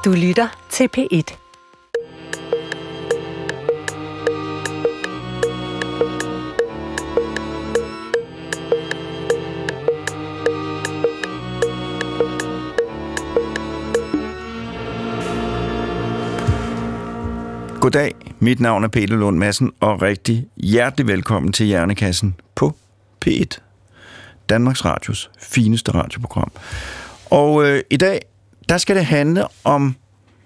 Du lytter til P1. Goddag, mit navn er Peter Lund Madsen, og rigtig hjertelig velkommen til Hjernekassen på P1. Danmarks Radios fineste radioprogram. Og i dag, der skal det handle om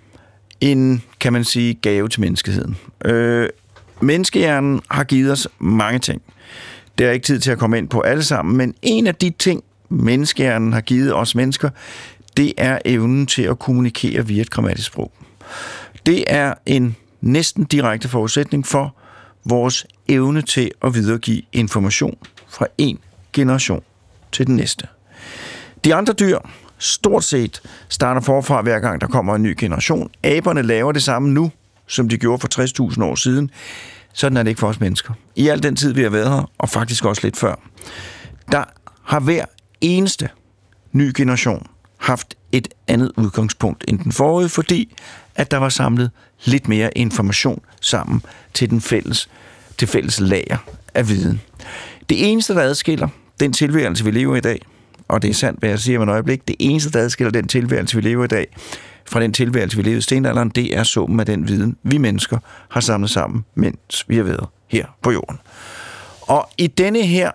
en, kan man sige, gave til menneskeheden. Menneskehjernen har givet os mange ting. Det er ikke tid til at komme ind på alle sammen, men en af de ting, menneskehjernen har givet os mennesker, det er evnen til at kommunikere via et grammatisk sprog. Det er en næsten direkte forudsætning for vores evne til at videregive information fra en generation til den næste. De andre dyr, stort set, starter forfra hver gang der kommer en ny generation. Aberne laver det samme nu, som de gjorde for 60.000 år siden. Sådan er det ikke for os mennesker. I al den tid, vi har været her, og faktisk også lidt før, der har hver eneste ny generation haft et andet udgangspunkt end den forrige, fordi at der var samlet lidt mere information sammen til fælles lager af viden. Det eneste, der adskiller den tilværelse, vi lever i dag, og det er sandt, hvad jeg siger med et øjeblik, det eneste, der adskiller den tilværelse, vi lever i dag, fra den tilværelse, vi levede i stenalderen, det er summen af den viden, vi mennesker har samlet sammen, mens vi har været her på jorden. Og i denne her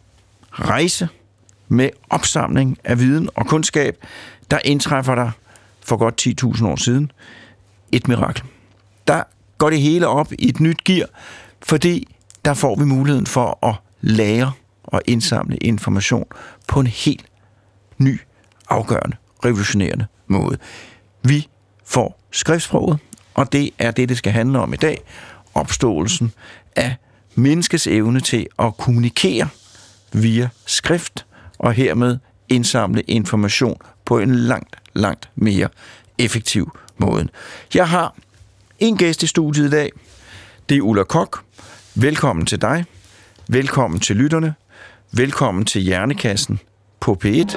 rejse med opsamling af viden og kundskab, der indtræffer der for godt 10.000 år siden et mirakel. Der går det hele op i et nyt gear, fordi der får vi muligheden for at lære og indsamle information på en helt ny, afgørende, revolutionerende måde. Vi får skriftsproget, og det er det skal handle om i dag. Opståelsen af menneskets evne til at kommunikere via skrift, og hermed indsamle information på en langt mere effektiv måde. Jeg har en gæst i studiet i dag. Det er Ulla Koch. Velkommen til dig. Velkommen til lytterne. Velkommen til Hjernekassen på P1.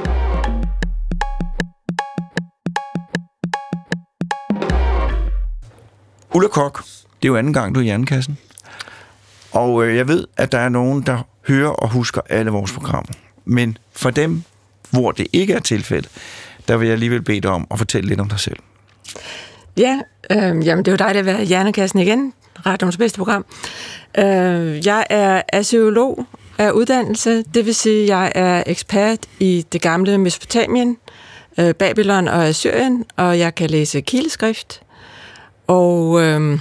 Ulla Koch, det er jo anden gang, du er i Hjernekassen. Og jeg ved, at der er nogen, der hører og husker alle vores programmer. Men for dem, hvor det ikke er tilfældet, der vil jeg alligevel bede dig om at fortælle lidt om dig selv. Ja, jamen det er jo dejligt at være i Hjernekassen igen, radioens bedste program. Jeg er arkeolog af uddannelse, det vil sige, at jeg er ekspert i det gamle Mesopotamien, Babylon og Assyrien, og jeg kan læse kileskrift. Og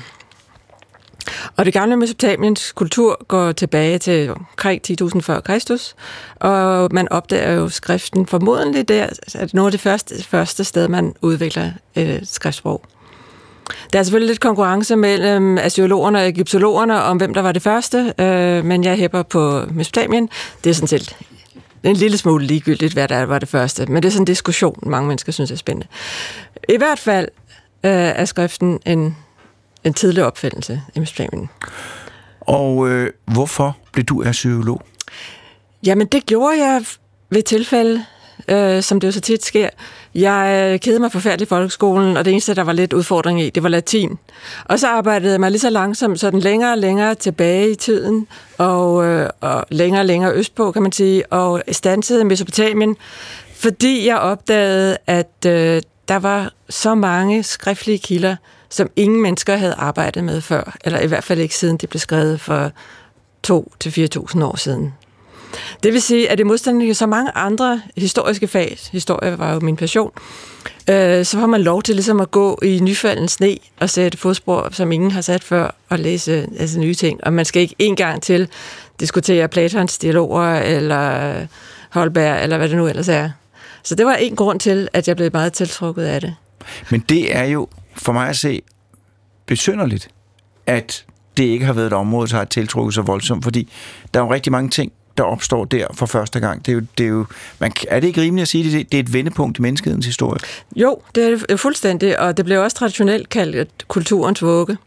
det gamle Mesopotamiens kultur går tilbage til omkring 10.000 før Kristus, og man opdager jo skriften formodentlig der, at nogle af det første sted, man udvikler et skriftsprog. Der er selvfølgelig lidt konkurrence mellem arkeologerne og egyptologerne om, hvem der var det første, men jeg hæpper på Mesopotamien. Det er sådan set en lille smule ligegyldigt, hvad der var det første, men det er sådan en diskussion, mange mennesker synes er spændende. I hvert fald er skriften en tidlig opfindelse i Mesopotamien. Og hvorfor blev du arkeolog? Jamen, det gjorde jeg ved tilfælde, som det jo så tit sker. Jeg kedede mig forfærdeligt i folkeskolen, og det eneste, der var lidt udfordring i, det var latin. Og så arbejdede jeg mig lige så langsomt, sådan længere og længere tilbage i tiden, og længere og længere østpå, kan man sige, og standsede i Mesopotamien, fordi jeg opdagede, at der var så mange skriftlige kilder, som ingen mennesker havde arbejdet med før, eller i hvert fald ikke siden det blev skrevet for 2.000 til 4.000 år siden. Det vil sige, at i modsætning til så mange andre historiske fag, historie var jo min passion, så får man lov til ligesom at gå i nyfalden sne og sætte fodspor, som ingen har sat før, og læse altså nye ting. Og man skal ikke en gang til diskutere Platons dialoger, eller Holberg, eller hvad det nu ellers er. Så det var en grund til, at jeg blev meget tiltrukket af det. Men det er jo for mig at se besynderligt, at det ikke har været et område, der har tiltrukket så voldsomt, fordi der er jo rigtig mange ting, der opstår der for første gang. Det er jo er det ikke rimeligt at sige, at det er et vendepunkt i menneskehedens historie? Jo, det er fuldstændig, og det blev også traditionelt kaldt kulturens vugge.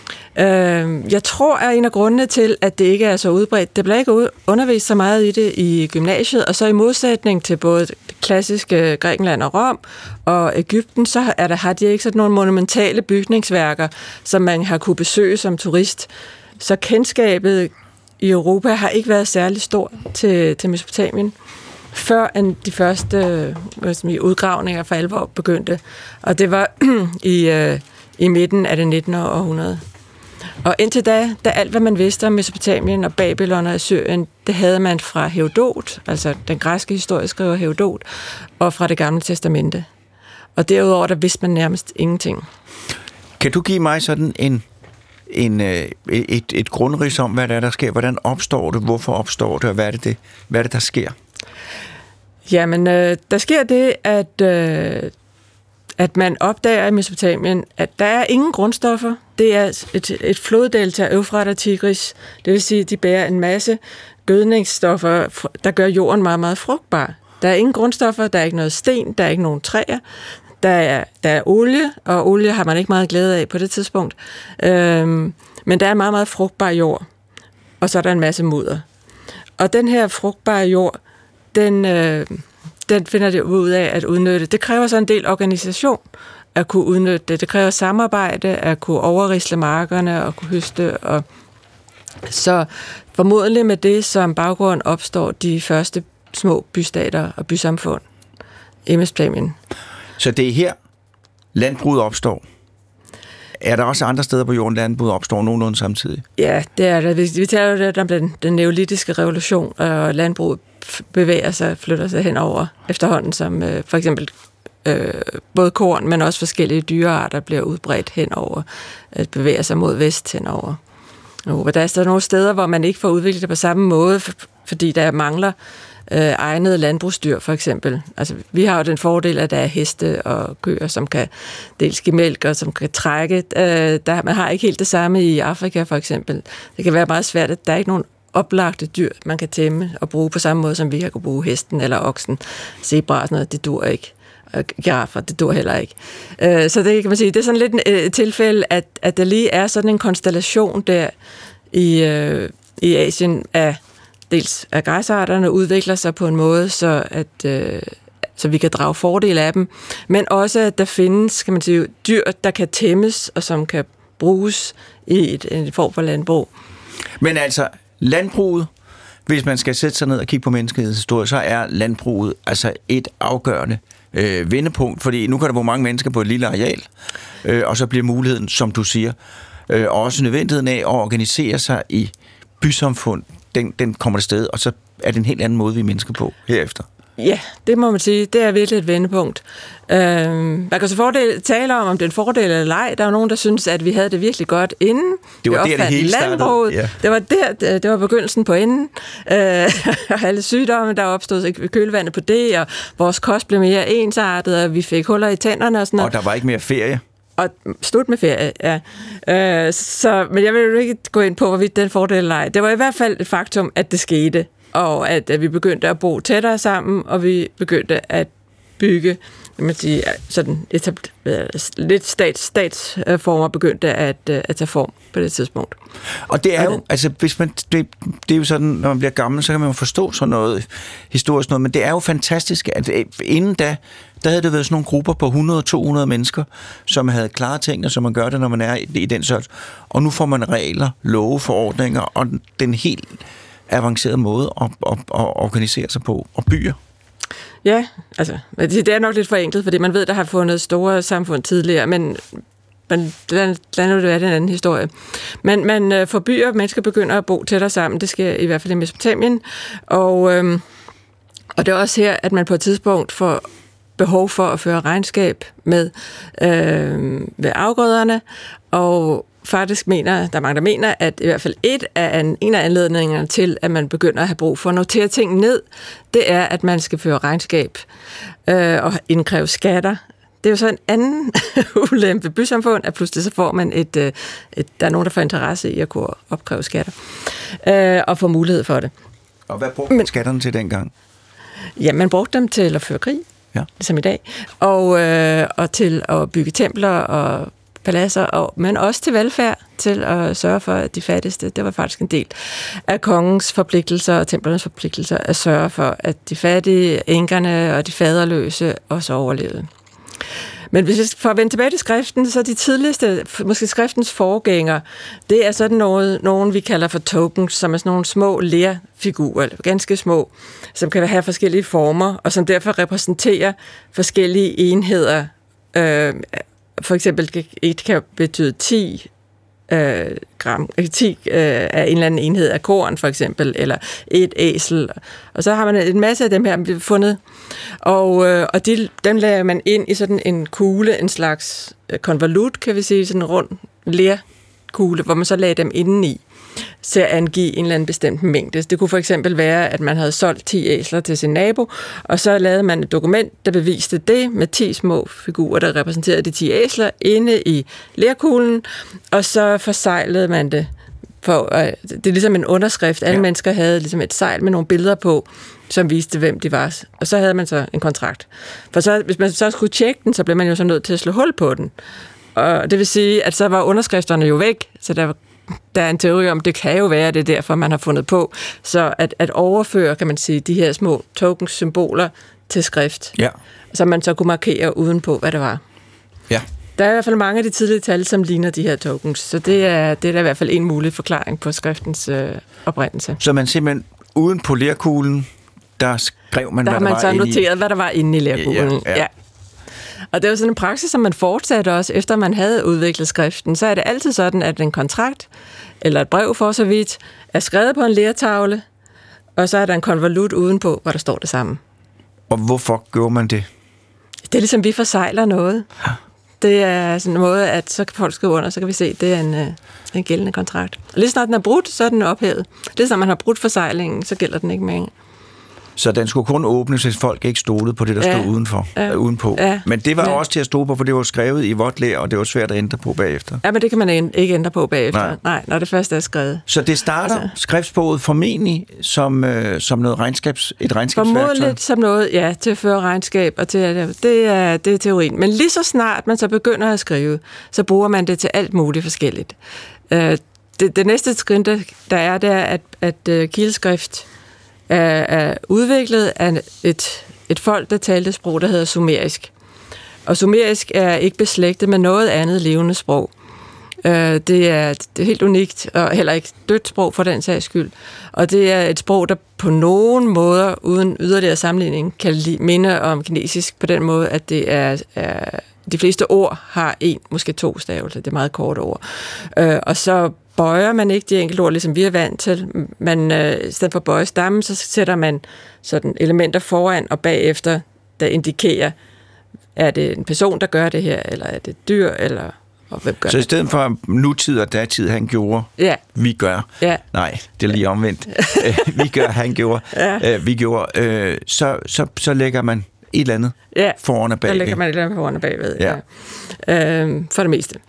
Jeg tror, at en af grundene til, at det ikke er så udbredt, det bliver ikke undervist så meget i det i gymnasiet, og så i modsætning til både det klassiske Grækenland og Rom og Egypten, så har de ikke sådan nogle monumentale bygningsværker, som man har kunne besøge som turist. Så kendskabet i Europa har ikke været særlig stor til Mesopotamien, før end de første udgravninger for alvor begyndte. Og det var i midten af det 19. århundrede. Og indtil da alt, hvad man vidste om Mesopotamien og Babylon og Assyrien, det havde man fra Herodot, altså den græske historieskriver Herodot, og fra det gamle testamente. Og derudover, der vidste man nærmest ingenting. Kan du give mig sådan et grundrids om, hvad der sker? Hvordan opstår det? Hvorfor opstår det? Og hvad er det, der sker? Jamen, der sker det, at man opdager i Mesopotamien, at der er ingen grundstoffer. Det er et floddelta, Eufrat og Tigris. Det vil sige, at de bærer en masse gødningsstoffer, der gør jorden meget, meget frugtbar. Der er ingen grundstoffer, der er ikke noget sten, der er ikke nogen træer. Der er olie, og olie har man ikke meget glæde af på det tidspunkt. Men der er en meget, meget frugtbar jord. Og så er der en masse mudder. Og den her frugtbare jord, den finder det ud af at udnytte. Det kræver så en del organisation at kunne udnytte det. Det kræver samarbejde, at kunne overrisle markerne og kunne høste. Og så formodentlig med det som baggrund opstår de første små bystater og bysamfund i Mesopotamien. Så det er her, landbruget opstår? Er der også andre steder på jorden, landbruget opstår nogenlunde samtidig? Ja, det er der. Vi taler jo om den neolitiske revolution, og landbruget flytter sig henover efterhånden, som for eksempel både korn, men også forskellige dyrearter bliver udbredt henover, at bevæger sig mod vest henover. Og der er så nogle steder, hvor man ikke får udviklet det på samme måde, fordi der mangler egnede landbrugsdyr, for eksempel. Altså, vi har jo den fordel, at der er heste og køer, som kan dels give mælk og som kan trække. Man har ikke helt det samme i Afrika, for eksempel. Det kan være meget svært, at der er ikke nogen oplagte dyr, man kan tæmme og bruge på samme måde, som vi har kunne bruge hesten eller oksen. Zebra og sådan noget, det dur ikke. Og giraffer, det dur heller ikke. Så det kan man sige, det er sådan lidt et tilfælde, at der lige er sådan en konstellation der i Asien af dels af græsarterne udvikler sig på en måde, så vi kan drage fordel af dem, men også at der findes, kan man sige, dyr, der kan tæmmes og som kan bruges i en form for landbrug. Men altså, landbruget, hvis man skal sætte sig ned og kigge på menneskehedens historie, så er landbruget altså et afgørende vendepunkt, fordi nu kan der bo mange mennesker på et lille areal, og så bliver muligheden, som du siger, og også nødvendigheden af at organisere sig i bysamfund, den kommer til sted, og så er det en helt anden måde, vi er mennesker på herefter. Ja, det må man sige. Det er virkelig et vendepunkt. Man kan så tale om det er en fordel eller ej. Der er jo nogen, der synes, at vi havde det virkelig godt inden. Det var der, det hele startede. Ja. Det var begyndelsen på enden. Og alle sygdomme, der opstod i kølvandet på det, og vores kost blev mere ensartet, og vi fik huller i tænderne og sådan noget. Og der var ikke mere ferie. Og slut med ferie, ja. Men jeg vil jo ikke gå ind på, hvorvidt den fordel eller ej. Det var i hvert fald et faktum, at det skete, og at vi begyndte at bo tættere sammen, og vi begyndte at bygge, kan man sige, sådan lidt statsformer begyndte at tage form på det tidspunkt. Og det er jo, altså hvis man, det er jo sådan, når man bliver gammel, så kan man jo forstå sådan noget historisk noget, men det er jo fantastisk, at inden da havde det været sådan nogle grupper på 100-200 mennesker, som havde klare ting, og som man gør det, når man er i den sorts. Og nu får man regler, love, forordninger, og den helt avancerede måde at organisere sig på, og byer. Ja, altså, det er nok lidt forenklet, fordi man ved, der har fundet store samfund tidligere, men lad nu det være den anden historie. Men man får byer, mennesker begynder at bo tættere sammen, det sker i hvert fald i Mesopotamien, og det er også her, at man på et tidspunkt får behov for at føre regnskab med afgrøderne, og faktisk der er mange, der mener, at i hvert fald en af anledningerne til, at man begynder at have brug for at notere ting ned, det er, at man skal føre regnskab og indkræve skatter. Det er jo så en anden ulempe bysamfund, at pludselig så får man der er nogen, der får interesse i at kunne opkræve skatter og få mulighed for det. Og hvad brugte man skatterne til dengang? Ja, man brugte dem til at føre krig, ligesom i dag, og til at bygge templer og paladser, men også til velfærd, til at sørge for, at de fattigste, det var faktisk en del af kongens forpligtelser og templernes forpligtelser, at sørge for, at de fattige, enkerne og de faderløse også overlevede. Men hvis vi får vende tilbage til skriften, så de tidligste, måske skriftens forgængere, det er sådan nogen vi kalder for tokens, som er sådan nogle små lerfigurer, ganske små, som kan have forskellige former, og som derfor repræsenterer forskellige enheder. For eksempel et kan betyde 10 gram, 10 af en eller anden enhed af korn, for eksempel, eller et æsel. Og så har man en masse af dem her fundet, og dem lagde man ind i sådan en kugle, en slags konvolut, kan vi sige, sådan en rund lerkugle, hvor man så lagde dem indeni til at angive en eller anden bestemt mængde. Det kunne for eksempel være, at man havde solgt 10 æsler til sin nabo, og så lavede man et dokument, der beviste det med 10 små figurer, der repræsenterede de 10 æsler inde i lerkuglen, og så forsejlede man det. Det er ligesom en underskrift. Alle mennesker havde ligesom et sejl med nogle billeder på, som viste, hvem de var. Og så havde man så en kontrakt. For så, hvis man så skulle tjekke den, så blev man jo så nødt til at slå hul på den. Og det vil sige, at så var underskrifterne jo væk, så der er en teori om, det kan jo være, det er derfor, man har fundet på. Så at overføre, kan man sige, de her små tokens, symboler til skrift. Ja. Så man så kunne markere udenpå, hvad det var. Ja. Der er i hvert fald mange af de tidlige tal, som ligner de her tokens. Så det er der i hvert fald en mulig forklaring på skriftens oprindelse. Så man simpelthen uden på lerkuglen, der skrev man, hvad der var inde i. Der har man så noteret, hvad der var inde i lerkuglen. Ja. Og det var sådan en praksis, som man fortsatte også, efter man havde udviklet skriften. Så er det altid sådan, at en kontrakt, eller et brev for så vidt, er skrevet på en lertavle, og så er der en konvolut udenpå, hvor der står det samme. Og hvorfor gjorde man det? Det er ligesom, vi forsejler noget. Det er sådan en måde, at så kan folk skrive under, så kan vi se, at det er en gældende kontrakt. Og lige snart den er brudt, så er den ophævet. Lige snart man har brudt forsejlingen, så gælder den ikke mere. Så den skulle kun åbnes, hvis folk ikke stolede på det, der stod udenpå. Ja. Men det var også til at stole på, for det var skrevet i vådt ler, og det var svært at ændre på bagefter. Ja, men det kan man ikke ændre på bagefter. Nej, når det først er skrevet. Så det starter skriftsproget formentlig som noget et regnskabsværktøj? Formodentligt som noget, til at føre regnskab, og det er teorien. Men lige så snart man så begynder at skrive, så bruger man det til alt muligt forskelligt. Det næste skridt, der er, det er, at kildeskrift er udviklet af et folk, der talte sprog, der hedder sumerisk. Og sumerisk er ikke beslægtet med noget andet levende sprog. Det er helt unikt, og heller ikke dødt sprog for den sags skyld. Og det er et sprog, der på nogen måder, uden yderligere sammenligning, kan minde om kinesisk på den måde, at det er de fleste ord har en, måske 2 stavelser. Det er meget korte ord. Og så bøjer man ikke de enkelte ord, ligesom vi er vant til. Man, i stedet for at bøje stammen, så sætter man sådan elementer foran og bagefter, der indikerer, er det en person, der gør det her, eller er det et dyr, eller og hvem gør det? Så i stedet for nutid og datid, han gjorde, vi gør. Ja. Nej, det er lige omvendt. Vi gør, han gjorde. Vi gjorde. Så lægger man et eller andet foran og bagved. Så lægger man et eller andet foran og bagved, for det meste.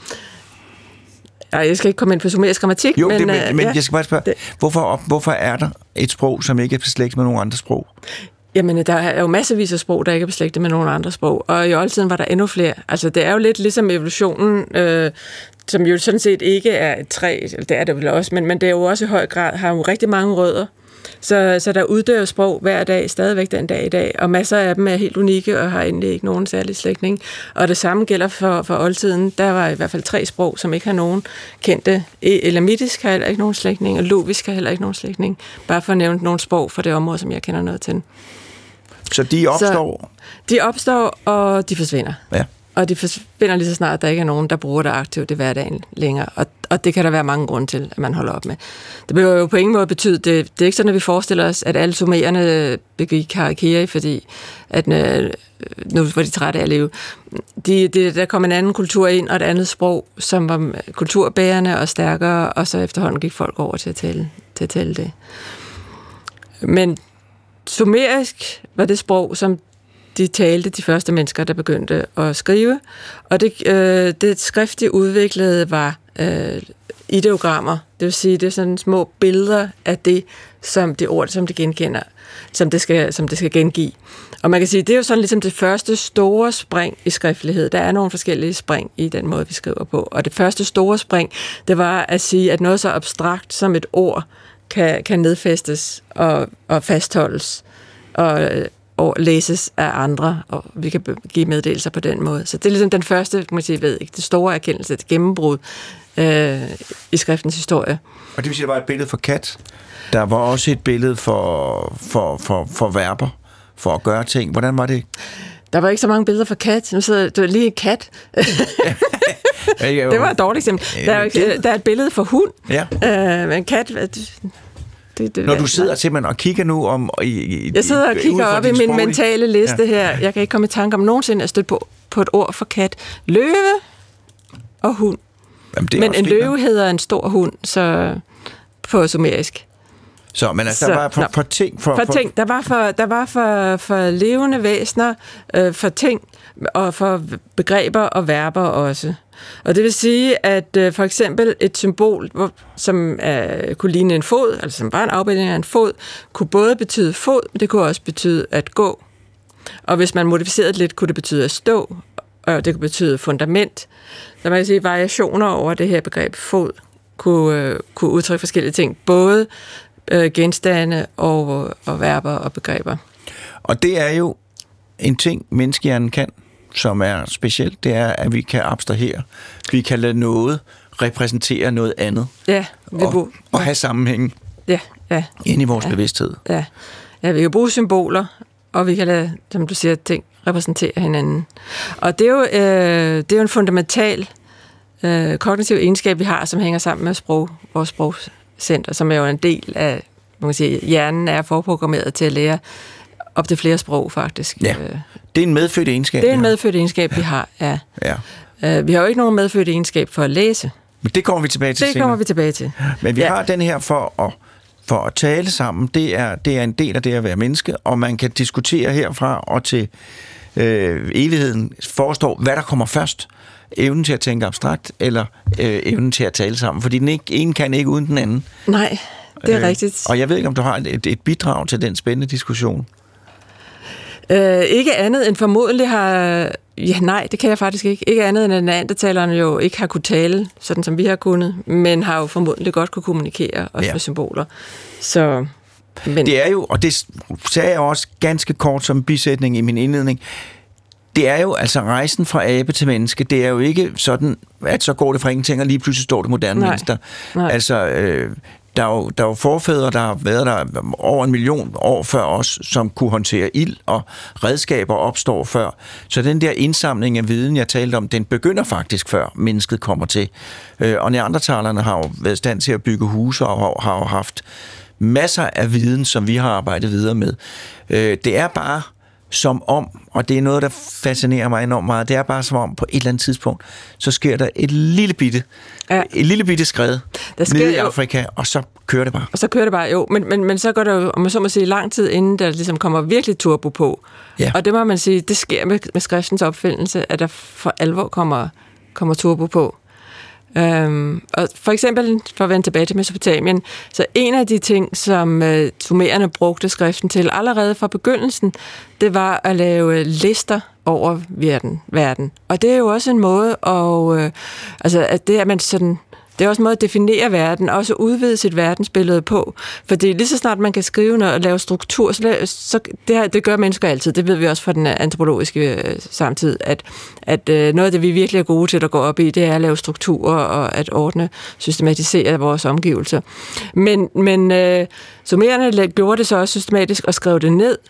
Jeg skal ikke komme ind på sumerisk grammatik, men jeg skal bare spørge, hvorfor er der et sprog, som ikke er beslægtet med nogle andre sprog? Jamen, der er jo masservis af sprog, der ikke er beslægtet med nogle andre sprog, og i oldtiden var der endnu flere. Altså, det er jo lidt ligesom evolutionen, som jo sådan set ikke er et træ, det er det vel også, men det er jo også i høj grad, har jo rigtig mange rødder. Så der uddør sprog hver dag, stadigvæk den dag i dag, og masser af dem er helt unikke og har egentlig ikke nogen særlig slægtning. Og det samme gælder for oldtiden. Der var i hvert fald 3 sprog, som ikke har nogen kendte. Elamitisk har heller ikke nogen slægtning, og lovisk har heller ikke nogen slægtning. Bare for at nævne nogle sprog fra det område, som jeg kender noget til. Så de opstår? Så de opstår, og de forsvinder. Ja. Og de forsvinder lige så snart, at der ikke er nogen, der bruger det aktivt i hverdagen længere. Og det kan der være mange grunde til, at man holder op med. Det behøver jo på ingen måde betyde, det er ikke sådan, at vi forestiller os, at alle sumererne begik harakiri, fordi at nu var de trætte af at leve. Der kom en anden kultur ind, og et andet sprog, som var kulturbærende og stærkere, og så efterhånden gik folk over til at tale det. Men sumerisk var det sprog, som de talte de første mennesker, der begyndte at skrive. Og det skrift, de udviklede, var ideogrammer. Det vil sige, det er sådan små billeder af det ord, som det genkender, som det skal gengive. Og man kan sige, det er jo sådan ligesom det første store spring i skriftlighed. Der er nogle forskellige spring i den måde, vi skriver på. Og det første store spring, det var at sige, at noget så abstrakt som et ord kan nedfæstes og fastholdes og læses af andre, og vi kan give meddelelser på den måde. Så det er ligesom den første, kan man sige, det store erkendelse, et gennembrud i skriftens historie. Og det vil sige, der var et billede for kat. Der var også et billede for verber, for at gøre ting. Hvordan var det? Der var ikke så mange billeder for kat. Nu sidder du lige en kat. Det var et dårligt eksempel. Der er et billede for hund. Ja. Men kat... Når du sidder simpelthen og kigger nu om... Jeg sidder og kigger op i min mentale liste her. Jeg kan ikke komme i tanke om nogensinde at støtte på et ord for kat. Løve og hund. Jamen, men en løve hedder en stor hund, så på sumerisk. Så, men altså, der var for ting... For ting. Der var for levende væsener, for ting, og for begreber og verber også. Og det vil sige, at for eksempel et symbol, som kunne ligne en fod, altså som var en afbildning af en fod, kunne både betyde fod, men det kunne også betyde at gå. Og hvis man modificerede det lidt, kunne det betyde at stå, og det kunne betyde fundament. Så man kan sige, variationer over det her begreb fod kunne udtrykke forskellige ting, både genstande og verber og begreber. Og det er jo en ting, menneskehjernen kan, som er specielt, det er, at vi kan abstrahere. Vi kan lade noget repræsentere noget andet. Ja. Og have sammenhæng ind i vores bevidsthed. Ja, vi kan bruge symboler, og vi kan lade, som du siger, ting repræsentere hinanden. Og det er jo en fundamental kognitiv egenskab, vi har, som hænger sammen med vores sprogcenter, som er jo en del af, man kan sige, hjernen er forprogrammeret til at lære op til flere sprog, faktisk. Ja. Det er en medfødt egenskab. Det er en medfødt egenskab, vi har, ja. Vi har jo ikke nogen medfødt egenskab for at læse. Men det kommer vi tilbage til senere. Det kommer vi tilbage til. Men vi har den her for at tale sammen. Det er en del af det at være menneske, og man kan diskutere herfra og til evigheden forestå, hvad der kommer først. Evnen til at tænke abstrakt, eller evnen til at tale sammen. Fordi den ene kan ikke uden den anden. Nej, det er rigtigt. Og jeg ved ikke, om du har et bidrag til den spændende diskussion. Ikke andet end formodentlig har... Ja, nej, det kan jeg faktisk ikke. Ikke andet end at neandertalerne jo ikke har kunnet tale, sådan som vi har kunnet, men har jo formodentlig godt kunne kommunikere, også med symboler. Så... Men... Det er jo, og det sagde jeg også ganske kort som bisætning i min indledning, det er jo altså rejsen fra abe til menneske. Det er jo ikke sådan, at så går det fra ingenting, og lige pludselig står det moderne mennesker. Altså, der er jo forfædre, der har været der over 1 million år før os, som kunne håndtere ild, og redskaber opstår før. Så den der indsamling af viden, jeg talte om, den begynder faktisk før mennesket kommer til. Og neandertalerne har jo været i stand til at bygge huse, og har jo haft masser af viden, som vi har arbejdet videre med. Det er bare som om, og det er noget, der fascinerer mig enormt meget, det er bare som om, på et eller andet tidspunkt, så sker der et lille bitte skred nede i Afrika, og så kører det bare. Og så kører det bare, jo. Men så går der jo, om man så må sige, lang tid inden der ligesom kommer virkelig turbo på. Ja. Og det må man sige, det sker med skriftens opfindelse, at der for alvor kommer turbo på. Og for eksempel, for at vende tilbage til Mesopotamien, så en af de ting, som sumererne brugte skriften til allerede fra begyndelsen, det var at lave lister over verden. Og det er jo også en måde at det er man sådan... Det er også en måde at definere verden, og også udvide sit verdensbillede på. Fordi lige så snart man kan skrive noget og lave struktur, så det gør mennesker altid. Det ved vi også fra den antropologiske samtid, at noget af det, vi virkelig er gode til at gå op i, det er at lave strukturer og at ordne, systematisere vores omgivelser. Men sumererne gjorde det så også systematisk og skrev det ned,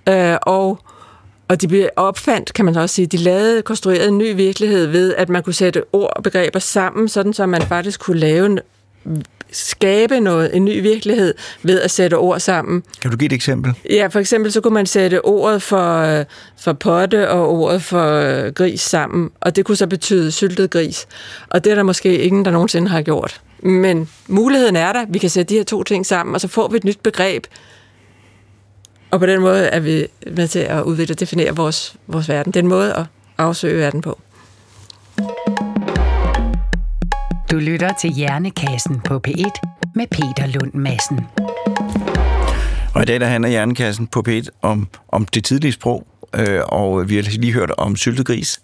og de blev opfandt, kan man også sige, de konstruerede en ny virkelighed ved, at man kunne sætte ord og begreber sammen, sådan så man faktisk kunne skabe en ny virkelighed ved at sætte ord sammen. Kan du give et eksempel? Ja, for eksempel så kunne man sætte ordet for potte og ordet for gris sammen, og det kunne så betyde syltet gris. Og det er der måske ingen, der nogensinde har gjort. Men muligheden er der, vi kan sætte de her to ting sammen, og så får vi et nyt begreb. Og på den måde er vi med til at udvikle og definere vores verden. Det er en måde at afsøge verden på. Du lytter til Hjernekassen på P1 med Peter Lund Madsen. Og i dag der handler Hjernekassen på P1 om det tidlige sprog, og vi har lige hørt om syltegris.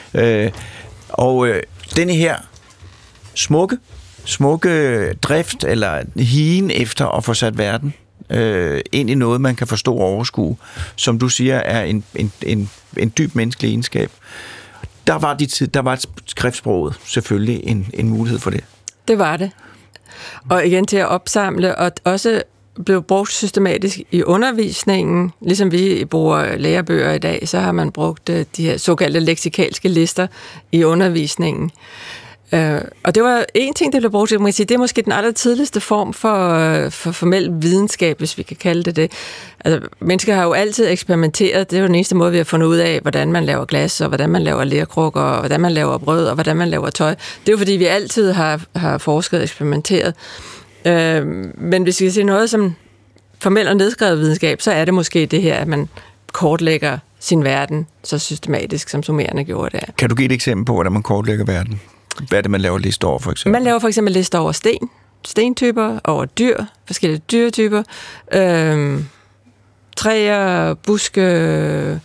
Denne her smukke drift, eller higen efter at få sat verden ind i noget, man kan forstå og overskue, som du siger, er en dyb menneskelig egenskab. Der var skriftsproget selvfølgelig en mulighed for det. Det var det. Og igen til at opsamle, og også blev brugt systematisk i undervisningen. Ligesom vi bruger lærebøger i dag, så har man brugt de her såkaldte leksikalske lister i undervisningen. Og det var en ting, der blev brugt til, man kan sige, det er måske den allertidligste form for formel videnskab, hvis vi kan kalde det det. Altså, mennesker har jo altid eksperimenteret. Det er jo den eneste måde, vi har fundet ud af, hvordan man laver glas, og hvordan man laver lerkrukker, og hvordan man laver brød, og hvordan man laver tøj. Det er jo fordi, vi altid har forsket og eksperimenteret. Men hvis vi kan se noget som formel og nedskrevet videnskab, så er det måske det her, at man kortlægger sin verden så systematisk, som sumererne gjorde der. Kan du give et eksempel på, hvordan man kortlægger verden? Hvad er det, man laver lister over, for eksempel? Man laver for eksempel lister over stentyper, over dyr, forskellige dyretyper, træer, buske,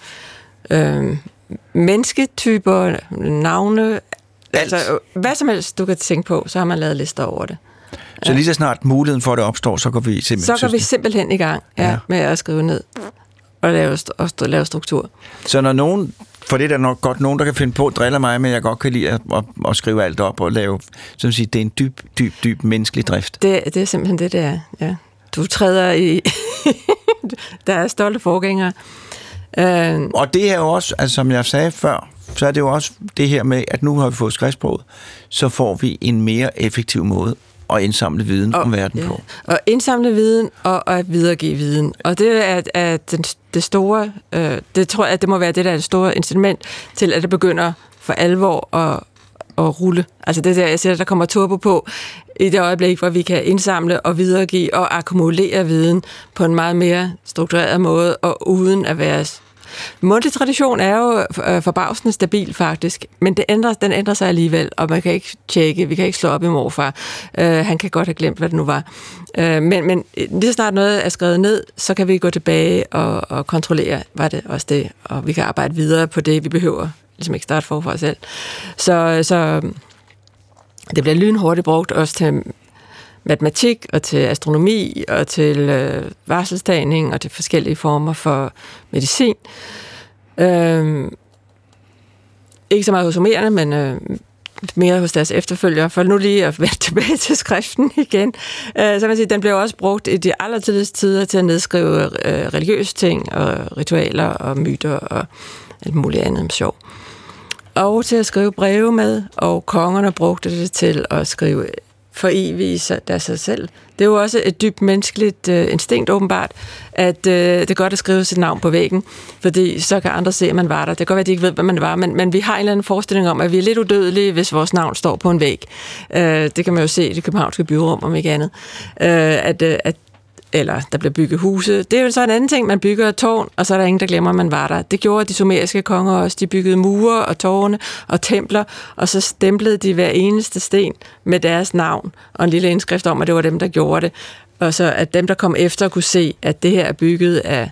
mennesketyper, navne. Altså, hvad som helst, du kan tænke på, så har man lavet lister over det. Så lige så snart muligheden for det opstår, så går vi simpelthen i gang med at skrive ned og lave struktur. Så når nogen, for det er der nok godt nogen, der kan finde på, driller mig, men jeg godt kan lide at skrive alt op og lave, som siger, det er en dyb menneskelig drift. Det er simpelthen det er, ja. Du træder i, der er stolte forgængere. Og det er jo også, altså som jeg sagde før, så er det jo også det her med, at nu har vi fået skriftsproget, så får vi en mere effektiv måde at indsamle viden om verden på. Og indsamle viden og at videregive viden. Og det er det store, det tror jeg, at det må være det, der er det store instrument til, at det begynder for alvor at rulle. Altså det der, jeg siger, der kommer turbo på i det øjeblik, hvor vi kan indsamle og videregive og akkumulere viden på en meget mere struktureret måde, og uden at være... Mundtlig tradition er jo forbavsende stabil faktisk, men den ændrer sig alligevel, og man kan ikke tjekke, vi kan ikke slå op i morfar. Han kan godt have glemt, hvad det nu var. Men lige så snart noget er skrevet ned, så kan vi gå tilbage og kontrollere, var det også det, og vi kan arbejde videre på det, vi behøver ligesom ikke starte for os selv. Så det bliver lynhurtigt brugt også til matematik og til astronomi og til varselstagning og til forskellige former for medicin. Ikke så meget hos sumererne, men mere hos deres efterfølgere. For nu lige at vende tilbage til skriften igen. Så man siger, den blev også brugt i de allertidligste tider til at nedskrive religiøse ting og ritualer og myter og alt muligt andet sjov. Og til at skrive breve med, og kongerne brugte det til at skrive for evigt sig selv. Det er jo også et dybt menneskeligt instinkt åbenbart, at det er godt at skrive sit navn på væggen, fordi så kan andre se, at man var der. Det kan godt være, at de ikke ved, hvad man var, men vi har en eller anden forestilling om, at vi er lidt udødelige, hvis vores navn står på en væg. Det kan man jo se i det københavnske byrum, om ikke andet. Eller der bliver bygget huse. Det er jo så en anden ting, man bygger et tårn, og så er der ingen, der glemmer, at man var der. Det gjorde de sumeriske konger også. De byggede mure og tårne og templer, og så stemplede de hver eneste sten med deres navn, og en lille indskrift om, at det var dem, der gjorde det. Og så at dem, der kom efter, kunne se, at det her er bygget af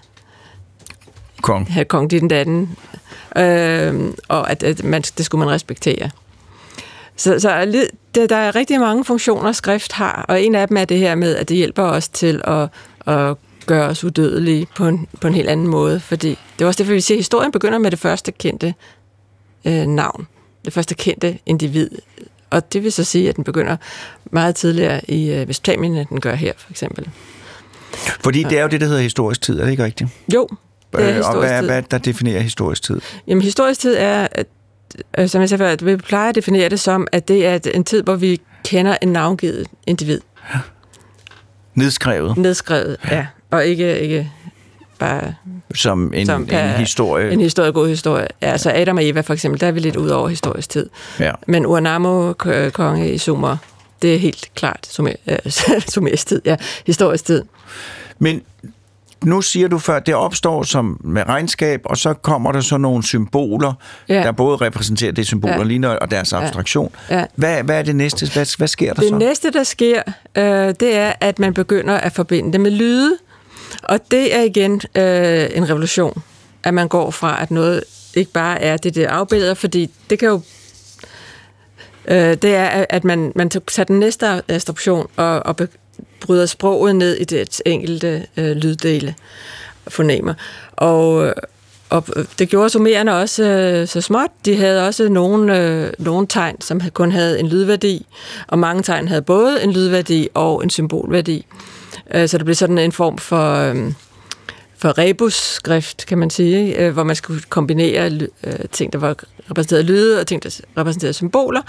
kong den anden, og at det skulle man respektere. Så der er rigtig mange funktioner, skrift har, og en af dem er det her med, at det hjælper os til at gøre os udødelige på en helt anden måde, fordi det er også derfor, vi siger, at historien begynder med det første kendte navn, det første kendte individ, og det vil så sige, at den begynder meget tidligere i Mesopotamien, end den gør her, for eksempel. Fordi det er jo det, der hedder historisk tid, er det ikke rigtigt? Jo, det er historisk tid. Og hvad der definerer historisk tid? Jamen, historisk tid er... som jeg sagde før, at vi plejer at definere det som, at det er en tid, hvor vi kender en navngivet individ. Ja. Nedskrevet, ja. Og ikke bare... Som en historie. En historie, god historie. Ja, så Adam og Eva for eksempel, der er vi lidt ud over historisk tid. Ja. Men Ur-Nammu, konge i Sumer, det er helt klart sumerisk tid, ja, historisk tid. Men nu siger du før, at det opstår som med regnskab, og så kommer der så nogle symboler, der både repræsenterer det symboler lige og deres abstraktion. Ja. Hvad er det næste? Hvad sker der så? Det næste, der sker, det er, at man begynder at forbinde det med lyde, og det er igen en revolution, at man går fra, at noget ikke bare er det afbilleder, fordi det kan jo det er, at man tager den næste abstraktion og bryder sproget ned i det enkelte lyddele og fonemer. Og det gjorde sumererne også så småt. De havde også nogle tegn, som kun havde en lydværdi, og mange tegn havde både en lydværdi og en symbolværdi. Så det blev sådan en form for rebusskrift, kan man sige, hvor man skulle kombinere ting, der var repræsenteret lyde, og ting, der repræsenterede symboler.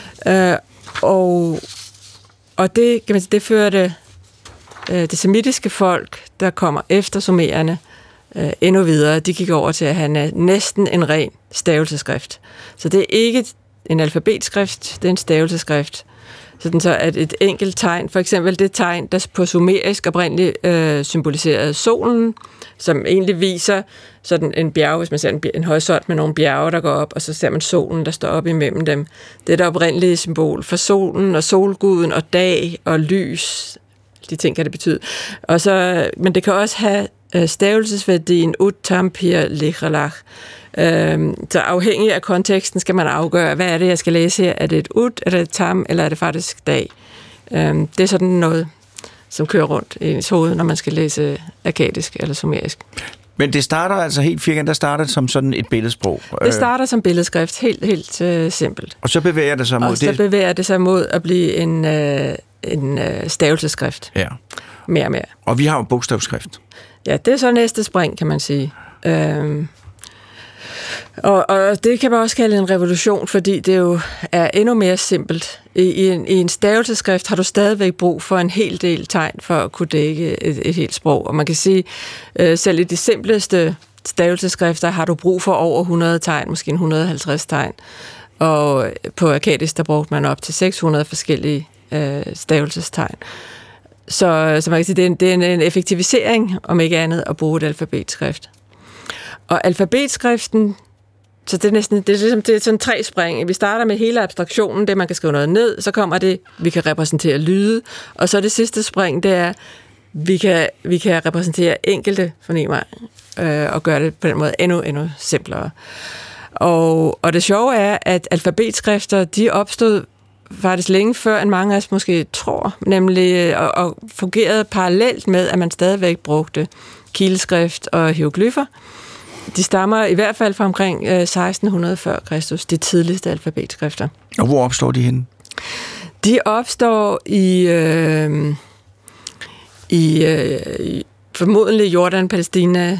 Og det, kan man sige, det førte det semitiske folk, der kommer efter sumererne, endnu videre. De gik over til at have næsten en ren stavelseskrift. Så det er ikke en alfabetskrift, det er en stavelseskrift. Sådan så at et enkelt tegn, for eksempel det tegn, der på sumerisk oprindeligt symboliserede solen, som egentlig viser sådan en bjerg, hvis man ser en horisont med nogle bjerge, der går op, og så ser man solen, der står op imellem dem. Det er det oprindelige symbol for solen og solguden og dag og lys. De ting kan det betyde. Og så, men det kan også have stavelsesværdien ut tampir lechalach. Så afhængig af konteksten skal man afgøre, hvad er det, jeg skal læse her? Er det et ut, er det et tam, eller er det faktisk dag? Det er sådan noget, som kører rundt i ens hoved, når man skal læse akkadisk eller sumerisk. Men det starter altså helt firkantet, der starter som sådan et billedsprog. Det starter som billedskrift, helt simpelt. Og så bevæger det sig mod det? Og så bevæger det sig mod at blive en stavelseskrift. Ja. Mere og mere. Og vi har jo bogstavskrift. Ja, det er så næste spring, kan man sige. Og det kan man også kalde en revolution, fordi det jo er endnu mere simpelt. I en stavelseskrift har du stadigvæk brug for en hel del tegn for at kunne dække et helt sprog. Og man kan sige, selv i de simpleste stavelseskrifter har du brug for over 100 tegn, måske 150 tegn. Og på akkadisk, der brugte man op til 600 forskellige stavelsestegn. Så man kan sige, det er en effektivisering, om ikke andet, at bruge et alfabetskrift. Og alfabetskriften, så det er sådan 3 spring. Vi starter med hele abstraktionen, det man kan skrive noget ned, så kommer det, vi kan repræsentere lyde, og så det sidste spring, det er, vi kan repræsentere enkelte fonemer, og gøre det på den måde endnu simplere. Og det sjove er, at alfabetskrifter, de opstod faktisk længe før, end mange af os måske tror, nemlig og fungerede parallelt med, at man stadigvæk brugte kileskrift og hieroglyffer. De stammer i hvert fald fra omkring 1600 før Kristus, de tidligste alfabetskrifter. Og hvor opstår de henne? De opstår i formodentlig Jordan, Palæstina,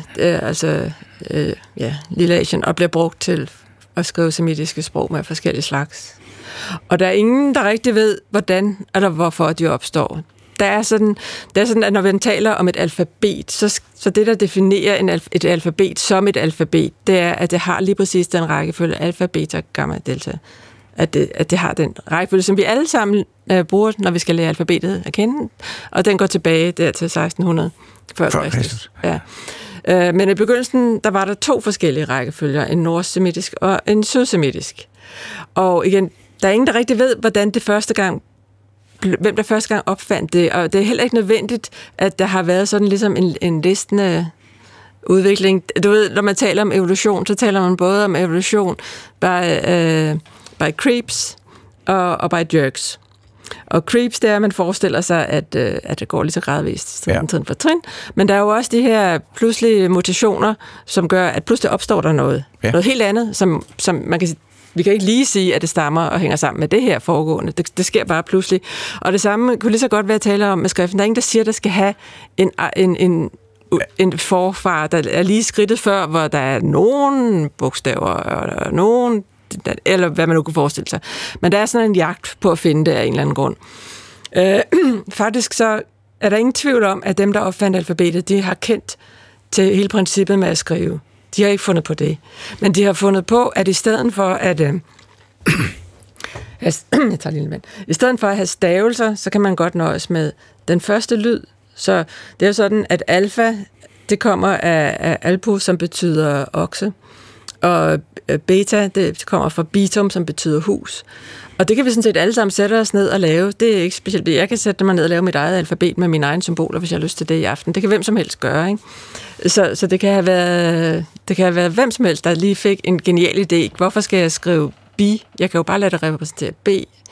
Lille Asien, og bliver brugt til at skrive semitiske sprog med forskellige slags. Og der er ingen, der rigtig ved, hvordan eller hvorfor de opstår. Det er sådan, at når vi taler om et alfabet, så det, der definerer et alfabet som et alfabet, det er, at det har lige præcis den rækkefølge alfa, beta, gamma, delta. At det har den rækkefølge, som vi alle sammen bruger, når vi skal lære alfabetet at kende, og den går tilbage der til 1600 før Kristus. Ja. Men i begyndelsen, der var der 2 forskellige rækkefølger, en nordsemitisk og en sydsemitisk. Og igen, der er ingen, der rigtig ved, hvem der første gang opfandt det, og det er heller ikke nødvendigt, at der har været sådan ligesom en listende udvikling. Du ved, når man taler om evolution, så taler man både om evolution by creeps og by jerks. Og creeps, det er, at man forestiller sig, at det går lige så gradvist trin for trin. Men der er jo også de her pludselige mutationer, som gør, at pludselig opstår der noget helt andet, som man kan sige, vi kan ikke lige sige, at det stammer og hænger sammen med det her foregående. Det sker bare pludselig. Og det samme kunne lige så godt være at tale om med skriften. Der er ingen, der siger, at der skal have en forfar, der er lige skridtet før, hvor der er nogle bogstaver og nogen, eller hvad man nu kunne forestille sig. Men der er sådan en jagt på at finde det af en eller anden grund. Faktisk så er der ingen tvivl om, at dem, der opfandt alfabetet, de har kendt til hele princippet med at skrive. De har ikke fundet på det. Men de har fundet på, at i stedet for at i stedet for at have stavelser, så kan man godt nøjes med den første lyd. Så det er jo sådan, at alfa det kommer af alpo, som betyder okse, og beta, det kommer fra bitum, som betyder hus. Og det kan vi sådan set alle sammen sætte os ned og lave. Det er ikke specielt. Jeg kan sætte mig ned og lave mit eget alfabet med mine egne symboler, hvis jeg har lyst til det i aften. Det kan hvem som helst gøre, ikke? Så det kan have været hvem som helst, der lige fik en genial idé. Hvorfor skal jeg skrive bi? Jeg kan jo bare lade det repræsentere b.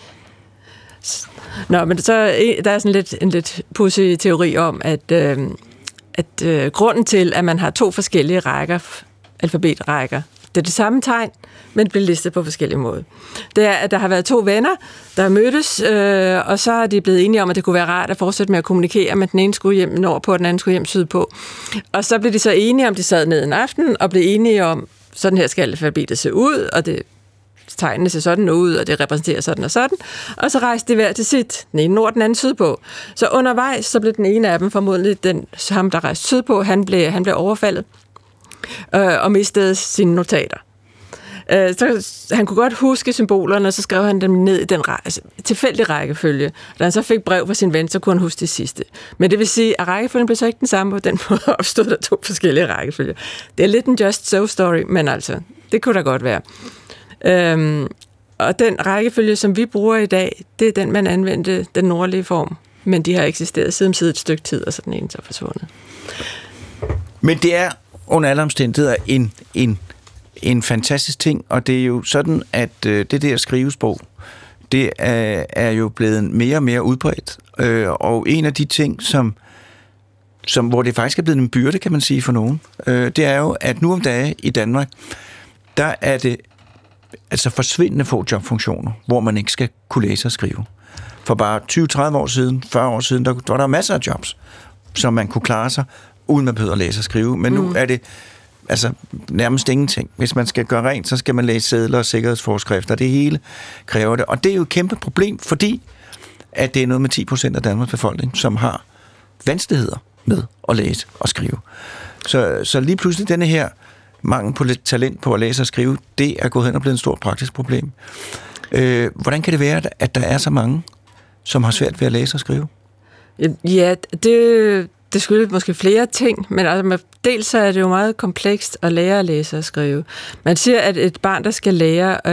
Nå, men så der er sådan en lidt pudsig teori om, at grunden til, at man har 2 forskellige alfabetrækker, det er det samme tegn, men bliver listet på forskellige måder. Det er, at der har været 2 venner, der mødtes, og så er de blevet enige om, at det kunne være rart at fortsætte med at kommunikere, men den ene skulle hjem nordpå, og den anden skulle hjem sydpå. Og så blev de så enige om, de sad ned en aften, og blev enige om, sådan her skal alfabetet se ud, og det tegnene ser sådan ud, og det repræsenterer sådan og sådan. Og så rejste de hver til sit. Den ene nord, den anden sydpå. Så undervejs, så blev den ene af dem formodentlig ham, der rejste sydpå, han blev overfaldet og mistede sine notater. Så han kunne godt huske symbolerne, og så skrev han dem ned i den tilfældige rækkefølge. Da han så fik brev fra sin ven, så kunne han huske det sidste. Men det vil sige, at rækkefølgen blev så ikke den samme, på den måde opstod der 2 forskellige rækkefølger. Det er lidt en just so story, men altså, det kunne da godt være. Og den rækkefølge, som vi bruger i dag, det er den, man anvendte den nordlige form. Men de har eksisteret siden et stykke tid, og så den ene så forsvundet. Men det er under alle omstændigheder en fantastisk ting, og det er jo sådan, at det der skrivesprog, det er jo blevet mere og mere udbredt. Og en af de ting, hvor det faktisk er blevet en byrde, kan man sige, for nogen, det er jo, at nu om dagen i Danmark, der er det altså forsvindende få jobfunktioner, hvor man ikke skal kunne læse og skrive. For bare 20-30 år siden, 40 år siden, der var der masser af jobs, som man kunne klare sig, uden man behøver at læse og skrive. Men nu er det altså nærmest ingenting. Hvis man skal gøre rent, så skal man læse sedler og sikkerhedsforskrifter. Det hele kræver det. Og det er jo et kæmpe problem, fordi at det er noget med 10% af Danmarks befolkning, som har vanskeligheder med at læse og skrive. Så lige pludselig denne her mangel på talent på at læse og skrive, det er gået hen og blevet et stort praktisk problem. Hvordan kan det være, at der er så mange, som har svært ved at læse og skrive? Ja, det skyldes måske flere ting, men altså, dels så er det jo meget komplekst at lære at læse og skrive. Man siger, at et barn, der skal lære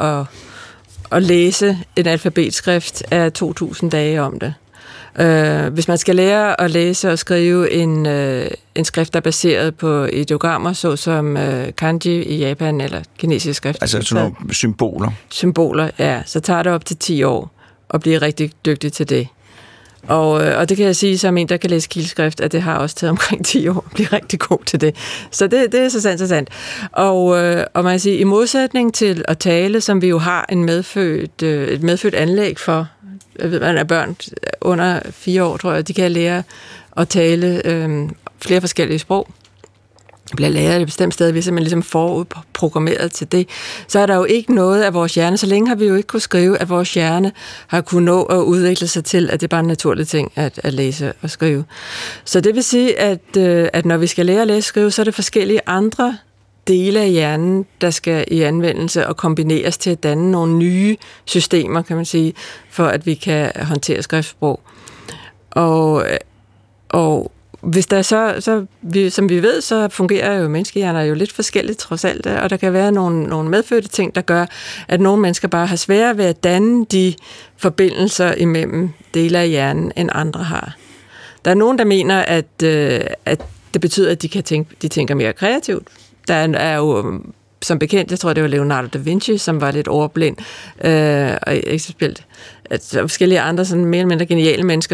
at læse en alfabetskrift, er 2.000 dage om det. Hvis man skal lære at læse og skrive en skrift, der er baseret på ideogrammer, såsom kanji i Japan, eller kinesisk skrift. Altså sådan nogle symboler. Symboler, ja. Så tager det op til 10 år at blive rigtig dygtig til det. Og det kan jeg sige som en, der kan læse kileskrift, at det har også taget omkring 10 år at blive rigtig god til det. Så det er så sandt. Og man kan sige, i modsætning til at tale, som vi jo har et medfødt anlæg for, jeg ved, man er børn under 4 år, tror jeg, de kan lære at tale flere forskellige sprog. Bliver læret et bestemt sted, hvis man ligesom forudprogrammeret til det, så er der jo ikke noget af vores hjerne. Så længe har vi jo ikke kunne skrive, at vores hjerne har kunnet nå at udvikle sig til, at det er bare en naturlig ting at læse og skrive. Så det vil sige, at når vi skal lære at læse og skrive, så er det forskellige andre dele af hjernen, der skal i anvendelse og kombineres til at danne nogle nye systemer, kan man sige, for at vi kan håndtere skriftsprog. Og hvis der som vi ved, så fungerer jo menneskehjerner jo lidt forskelligt trods alt, og der kan være nogle medfødte ting, der gør, at nogle mennesker bare har sværere ved at danne de forbindelser imellem dele af hjernen, end andre har. Der er nogen, der mener, at det betyder, at de tænker mere kreativt. Der er jo, som bekendt, jeg tror, det var Leonardo da Vinci, som var lidt overblind, og ikke så spildt. Altså, forskellige andre sådan mere eller mindre geniale mennesker,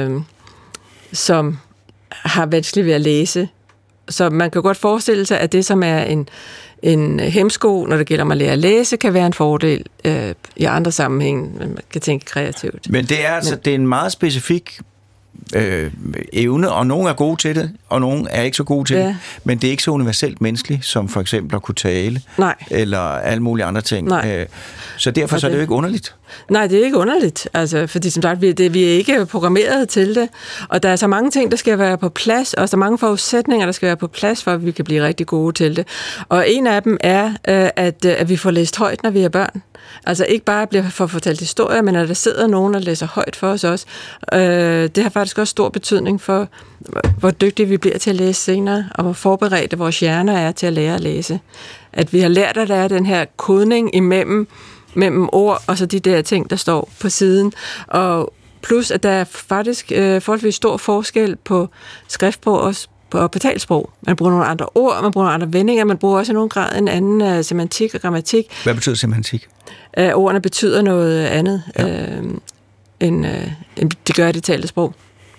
som har vanskeligt ved at læse. Så man kan godt forestille sig, at det, som er en hemsko, når det gælder om at lære at læse, kan være en fordel i andre sammenhænge, man kan tænke kreativt. Men det er altså det er en meget specifik evne, og nogen er gode til det, og nogen er ikke så gode til det, men det er ikke så universelt menneskeligt, som for eksempel at kunne tale, eller alle mulige andre ting. Så derfor så er det jo ikke underligt. Nej, det er ikke underligt, altså, fordi som sagt, vi er ikke programmeret til det, og der er så mange ting, der skal være på plads, og så mange forudsætninger, der skal være på plads, for at vi kan blive rigtig gode til det. Og en af dem er, at vi får læst højt, når vi er børn. Altså ikke bare bliver fortalt historier, men at der sidder nogen og læser højt for os også. Det har faktisk også stor betydning for, hvor dygtige vi bliver til at læse senere, og hvor forberedte vores hjerner er til at lære at læse. At vi har lært, at der er den her kodning imellem ord, og så de der ting, der står på siden. Og plus, at der er faktisk forholdsvis stor forskel på skriftsprog også, på talsprog. Man bruger nogle andre ord, man bruger nogle andre vendinger, man bruger også i nogen grad en anden semantik og grammatik. Hvad betyder semantik? Ordene betyder noget andet, end de gør i det talte sprog.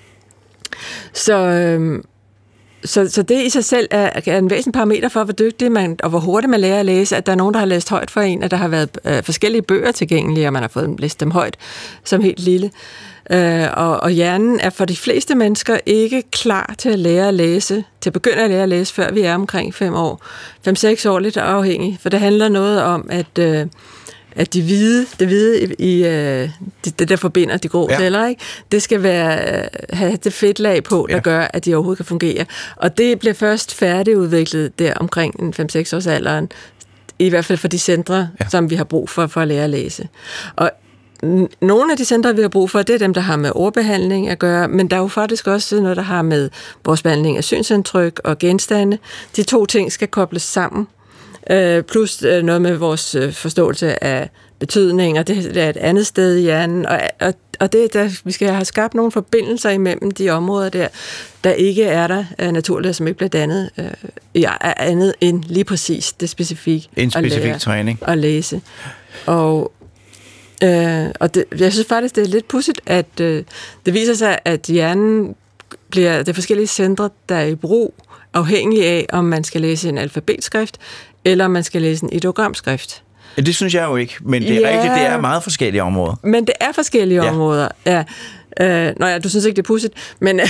Så det i sig selv er en væsentlig parameter for, hvor dygtig man, og hvor hurtigt man lærer at læse, at der er nogen, der har læst højt for en, at der har været forskellige bøger tilgængelige, og man har fået læst dem højt som helt lille. Og hjernen er for de fleste mennesker ikke klar til at lære at læse, til at begynde at lære at læse, før vi er omkring 5 år. 5-6 år, lidt afhængig, for det handler noget om, at det hvide i det der forbinder de grå celler, ikke? Det skal have det fedtlag på, der gør, at de overhovedet kan fungere. Og det bliver først færdigudviklet der omkring 5-6 års alderen, i hvert fald for de centre, som vi har brug for at lære at læse. Og nogle af de centre, vi har brug for, det er dem, der har med ordbehandling at gøre, men der er jo faktisk også noget, der har med vores behandling af synsindtryk og genstande. De 2 ting skal kobles sammen. Plus noget med vores forståelse af betydning, og det er et andet sted i hjernen, og det der, vi skal have skabt nogle forbindelser imellem de områder der ikke er der naturligt, som ikke bliver dannet andet end lige præcis det specifikke. En specifik træning. At læse. Og jeg synes faktisk, det er lidt pudsigt, at det viser sig, at hjernen bliver det forskellige centre, der er i brug, afhængig af, om man skal læse en alfabetskrift, eller om man skal læse en ideogramskrift. Det synes jeg jo ikke, men det er rigtigt, det er meget forskellige områder. Men det er forskellige områder, ja. Du synes ikke, det er pudsigt, men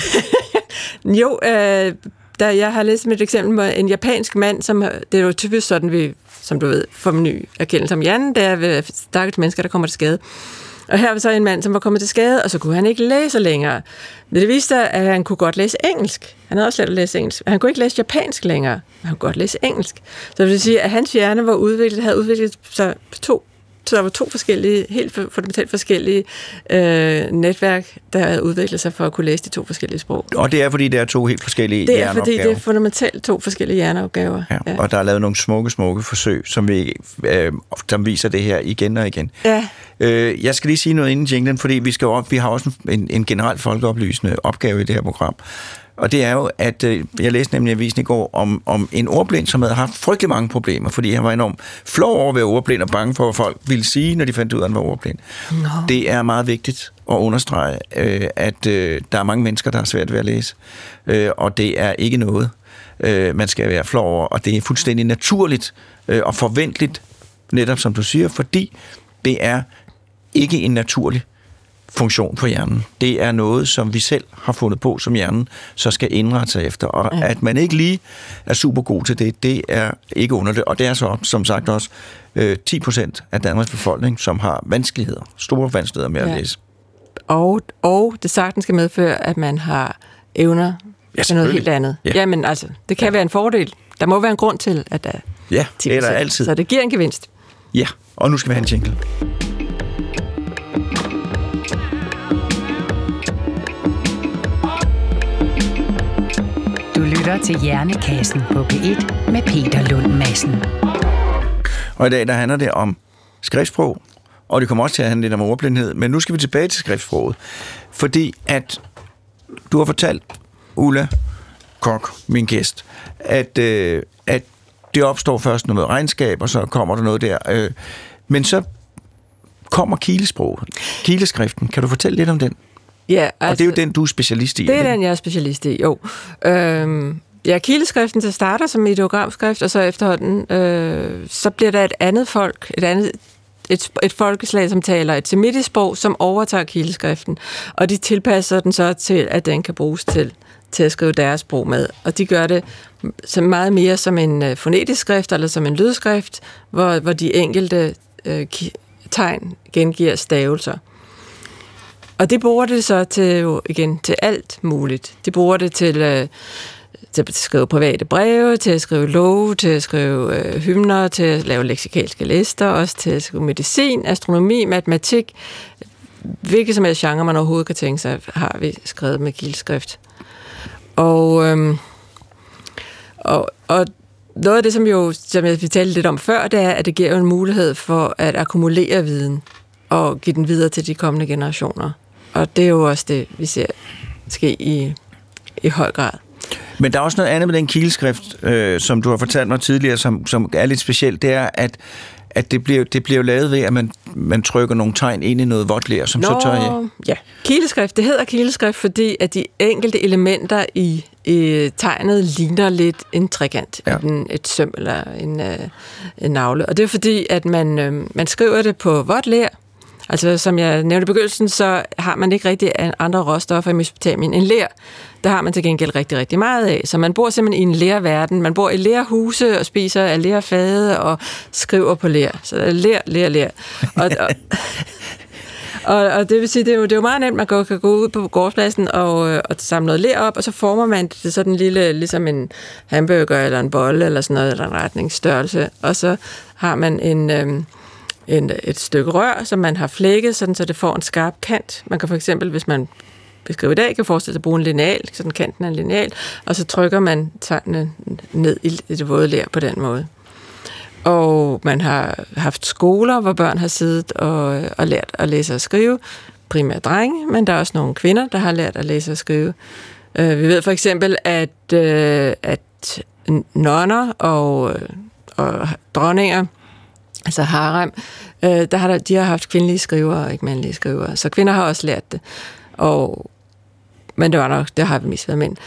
da jeg har læst et eksempel med en japansk mand, det er jo typisk sådan, vi, som du ved, får en ny erkendelse om hjernen, det er ved stakkels mennesker, der kommer til skade. Og her var så en mand, som var kommet til skade, og så kunne han ikke læse længere. Men det viste sig, at han kunne godt læse engelsk. Han havde også lært at læse engelsk. Han kunne ikke læse japansk længere, men han kunne godt læse engelsk. Så det vil sige, at hans hjerne havde udviklet sig så der var 2 forskellige, helt fundamentalt forskellige netværk, der havde udviklet sig for at kunne læse de 2 forskellige sprog. Og det er, fordi det er 2 helt forskellige hjerneopgaver? Det er, fordi det er fundamentalt 2 forskellige hjerneopgaver. Ja. Og der er lavet nogle smukke forsøg, som viser det her igen og igen. Ja. Jeg skal lige sige noget inden jinglen, fordi vi har også en generelt folkeoplysende opgave i det her program. Og det er jo, at jeg læste nemlig avisen i går om en ordblind, som havde haft frygtelig mange problemer, fordi han var enormt flov over at være ordblind og bange for, hvad folk ville sige, når de fandt ud af, at han var ordblind. No. Det er meget vigtigt at understrege, at der er mange mennesker, der har svært ved at læse, og det er ikke noget, man skal være flov over, og det er fuldstændig naturligt og forventeligt, netop som du siger, fordi det er ikke en naturlig funktion for hjernen. Det er noget, som vi selv har fundet på, som hjernen så skal indrette sig efter. Og at man ikke lige er super god til det er ikke underligt. Og det er så, som sagt også, 10% af Danmarks befolkning, som har vanskeligheder, store vanskeligheder med at læse. Og det sagtens skal medføre, at man har evner til noget helt andet. Ja. Jamen altså, det kan være en fordel. Der må være en grund til, at der er 10%. Det er der altid. Så det giver en gevinst. Ja, og nu skal vi have en jingle. Du lytter til Hjernekassen på P1 med Peter Lund Madsen. Og i dag der handler det om skriftsprog, og det kommer også til at handle lidt om ordblindhed, men nu skal vi tilbage til skriftsproget. Fordi at du har fortalt, Ulla Kok, min gæst, at det opstår først noget regnskab, og så kommer der noget der. Men så kommer kilesproget, kileskriften. Kan du fortælle lidt om den? Ja, altså, og det er jo den, du er specialist i. Det er den, jeg er specialist i, jo. Kileskriften så starter som ideogramskrift, og så efterhånden, så bliver der et andet folk, et folkeslag, som taler et semitisk sprog, som overtager kileskriften, og de tilpasser den så til, at den kan bruges til at skrive deres sprog med. Og de gør det så meget mere som en fonetisk skrift, eller som en lydskrift, hvor de enkelte tegn gengiver stavelser. Og det bruger det så til alt muligt. De bruger det til til at skrive private breve, til at skrive love, til at skrive hymner, til at lave leksikalske lister, også til at skrive medicin, astronomi, matematik. Hvilket som helst genre, man overhovedet kan tænke sig, har vi skrevet med kildeskrift. Og noget af det, som vi talte lidt om før, det er, at det giver jo en mulighed for at akkumulere viden og give den videre til de kommende generationer. Og det er jo også det, vi ser ske i høj grad. Men der er også noget andet med den kildeskrift, som du har fortalt mig tidligere, som er lidt specielt. Det er, at det bliver lavet ved, at man trykker nogle tegn ind i noget vådler, som så tager... Ja, kildeskrift. Det hedder kildeskrift, fordi at de enkelte elementer i tegnet ligner lidt en trekant, et søm eller en navle. Og det er fordi, at man skriver det på vådt ler. Altså, som jeg nævnte i begyndelsen, så har man ikke rigtig andre råstoffer i Mesopotamien end ler. Der har man til gengæld rigtig, rigtig meget af. Så man bor simpelthen i en lerverden. Man bor i lerhuse og spiser af lerfade og skriver på ler. Så ler. Og det vil sige, det er jo meget nemt, man kan gå ud på gårdspladsen og samle noget ler op, og så former man det sådan en lille, ligesom en hamburger eller en bolle eller sådan noget, eller en retningsstørrelse. Og så har man et stykke rør, som man har flækket, sådan, så det får en skarp kant. Man kan for eksempel, hvis man beskriver i dag, kan forestille sig at bruge en lineal, sådan kanten af en lineal, og så trykker man tegnene ned i det våde ler på den måde. Og man har haft skoler, hvor børn har siddet og lært at læse og skrive, primært drenge, men der er også nogle kvinder, der har lært at læse og skrive. Vi ved for eksempel, at nonner og dronninger, altså harem, de har haft kvindelige skrivere og ikke mandlige skrivere. Så kvinder har også lært det. Men det har vi mest været mænd.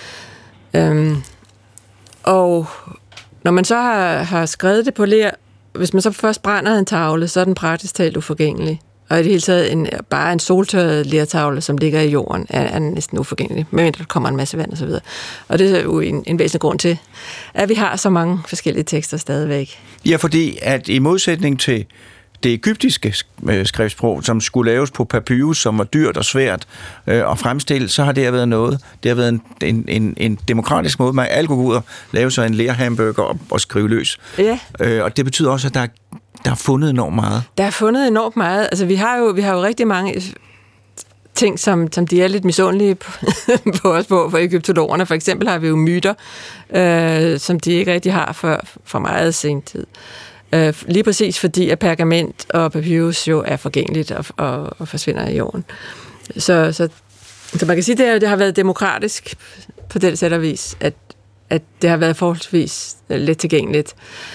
Og når man så har skrevet det på ler, hvis man så først brænder en tavle, så er den praktisk talt uforgængelig. Og i det hele taget bare en soltørret lertavle, som ligger i jorden, er næsten uforgængelig, medmindre der kommer en masse vand og så videre. Og det er jo en væsentlig grund til, at vi har så mange forskellige tekster stadigvæk. Ja, fordi at i modsætning til det egyptiske skriftsprog, som skulle laves på papyrus, som var dyrt og svært at fremstille, så har det været noget. Det har været en demokratisk måde, man alle kunne ud og lave sig en lerhamburger og skrive løs. Ja. Og det betyder også, at der er fundet enormt meget. Der er fundet enormt meget. Altså, vi har jo rigtig mange ting, som de er lidt misundelige på os på for egyptologerne. For eksempel har vi jo myter, som de ikke rigtig har for meget sen tid. Lige præcis fordi, at pergament og papyrus jo er forgængeligt og forsvinder i jorden. Så man kan sige, at det har været demokratisk på den sæt og vis, at det har været forholdsvis let tilgængeligt.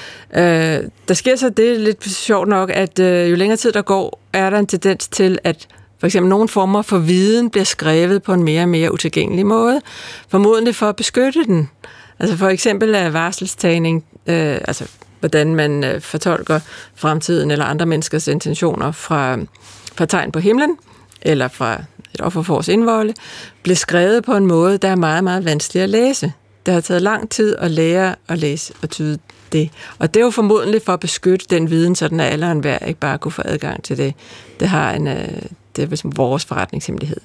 Der sker så det lidt sjovt nok, at jo længere tid der går, er der en tendens til, at for eksempel nogle former for viden bliver skrevet på en mere og mere utilgængelig måde, formodentlig for at beskytte den. Altså for eksempel af varselstagning, altså hvordan man fortolker fremtiden eller andre menneskers intentioner fra tegn på himlen, eller fra et offerfors indvolde, blev skrevet på en måde, der er meget, meget vanskelig at læse. Det har taget lang tid at lære at læse og tyde det. Og det er jo formodentlig for at beskytte den viden, så den er alle og enhver ikke bare kunne få adgang til det. Det er ligesom vores forretningshemmelighed.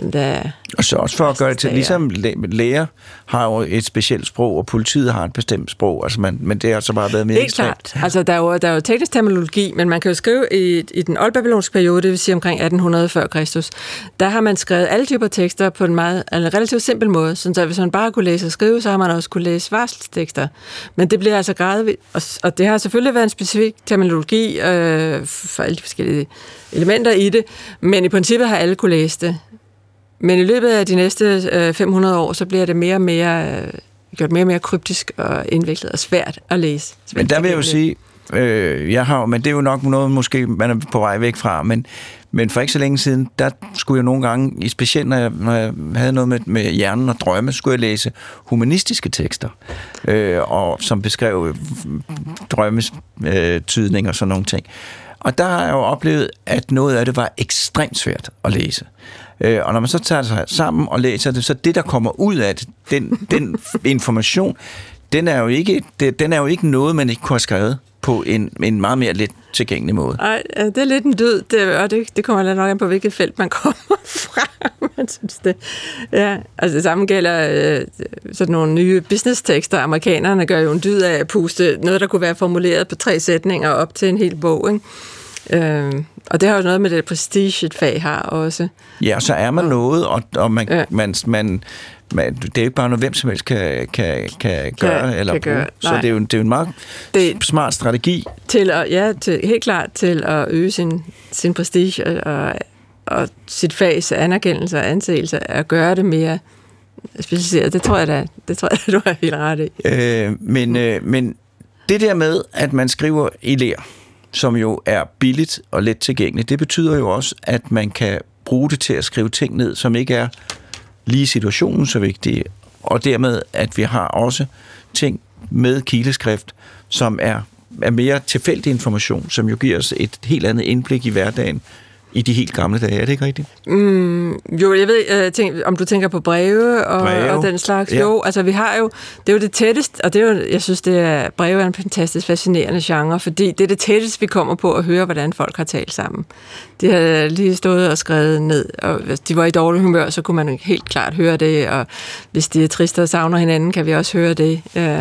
Og så også for at gøre det til, ligesom læger har jo et specielt sprog, og politiet har et bestemt sprog, altså men det har så bare været mere ekstremt. Helt klart. Altså der er jo teknisk terminologi, men man kan jo skrive i den oldbabylonske periode, det vil sige omkring 1800 før Kristus, der har man skrevet alle typer tekster på en relativt simpel måde, så hvis man bare kunne læse og skrive, så har man også kunne læse varselstekster. Men det bliver altså gradvist, og det har selvfølgelig været en specifik terminologi for alle de forskellige elementer i det, men i princippet har alle kunne læse det. Men i løbet af de næste 500 år, så bliver det mere og mere gjort mere og mere kryptisk og indviklet og svært at læse. Men der vil jeg jo sige, men det er jo nok noget, måske man er på vej væk fra, men for ikke så længe siden, der skulle jeg nogle gange, specielt når jeg havde noget med hjernen og drømme, skulle jeg læse humanistiske tekster, og som beskrev drømmes tydning og sådan nogle ting. Og der har jeg jo oplevet, at noget af det var ekstremt svært at læse. Og når man så tager sig sammen og læser det, så det, der kommer ud af det, den information, den er jo ikke noget, man ikke kunne have skrevet på en meget mere let tilgængelig måde. Nej, det er lidt en død, og det kommer nok an på, hvilket felt man kommer fra, man synes det. Ja, altså det samme gælder sådan nogle nye business-tekster. Amerikanerne gør jo en dyd af at puste noget, der kunne være formuleret på 3 sætninger op til en hel bog, ikke? Og det har jo noget med det prestige, et fag har også. Ja, og så er man noget, og man, det er jo ikke bare noget, hvem som helst kan gøre eller bruge. Så det er jo en meget smart strategi. Helt klart til at øge sin prestige og sit fags anerkendelse og anseelse, at gøre det mere specialiseret. Det tror jeg da, du har helt ret i. Men det der med, at man skriver i ler, som jo er billigt og let tilgængeligt, det betyder jo også, at man kan bruge det til at skrive ting ned, som ikke er lige situationen så vigtige, og dermed, at vi har også ting med kileskrift, som er mere tilfældig information, som jo giver os et helt andet indblik i hverdagen i de helt gamle dage. Er det ikke rigtigt? Jo, jeg ved, om du tænker på breve og den slags. Ja. Jo, altså vi har jo, det er jo det tætteste, og det er jo, jeg synes, breve er en fantastisk fascinerende genre, fordi det er det tætteste, vi kommer på at høre, hvordan folk har talt sammen. De har lige stået og skrevet ned, og hvis de var i dårlig humør, så kunne man jo helt klart høre det, og hvis de er triste og savner hinanden, kan vi også høre det.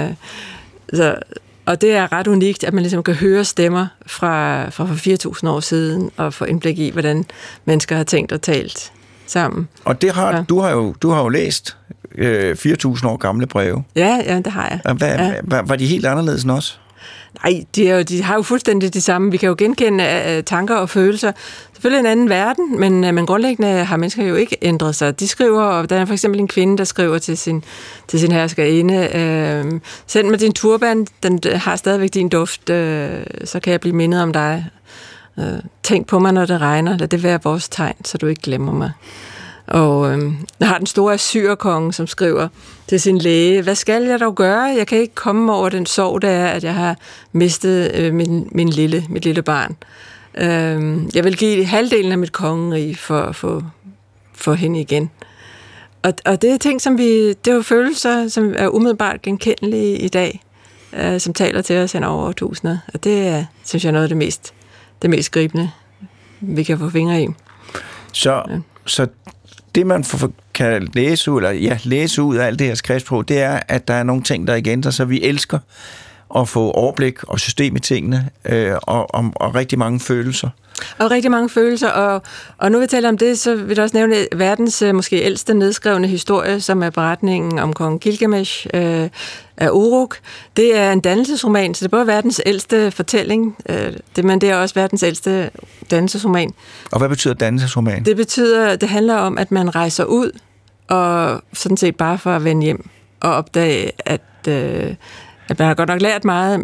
Og det er ret unikt, at man ligesom kan høre stemmer fra 4.000 år siden, og få indblik i, hvordan mennesker har tænkt og talt sammen. Og det har, du har jo læst 4.000 år gamle breve. Ja, det har jeg. Var de helt anderledes end os? Nej, de har jo fuldstændig de samme. Vi kan jo genkende tanker og følelser. Selvfølgelig en anden verden, men grundlæggende har mennesker jo ikke ændret sig. De skriver, og der er for eksempel en kvinde, der skriver til sin herskerinde, send mig din turban, den har stadigvæk din duft, så kan jeg blive mindet om dig. Tænk på mig, når det regner, lad det være vores tegn, så du ikke glemmer mig. Og der har den store assyrerkonge, som skriver til sin læge, hvad skal jeg dog gøre? Jeg kan ikke komme over den sorg, der er, at jeg har mistet mit lille barn. Jeg vil give halvdelen af mit kongerige for at få hende igen. Og det er ting, det er jo følelser, som er umiddelbart genkendelige i dag, som taler til os hen over årtusinder. Og det er, synes jeg, noget af det mest gribende, vi kan få fingre i. Så det, man kan læse ud af alt det her skriftsprog, det er, at der er nogle ting, der ikke ændrer sig. Vi elsker at få overblik og system i tingene, og rigtig mange følelser. Og rigtig mange følelser, og nu vi taler om det, så vil jeg også nævne verdens måske ældste nedskrevne historie, som er beretningen om kong Gilgamesh af Uruk. Det er en dannelsesroman, så det er både verdens ældste fortælling, men det er også verdens ældste dannelsesroman. Og hvad betyder dannelsesroman? Det handler om, at man rejser ud, og sådan set bare for at vende hjem, og opdage, at man har godt nok lært meget,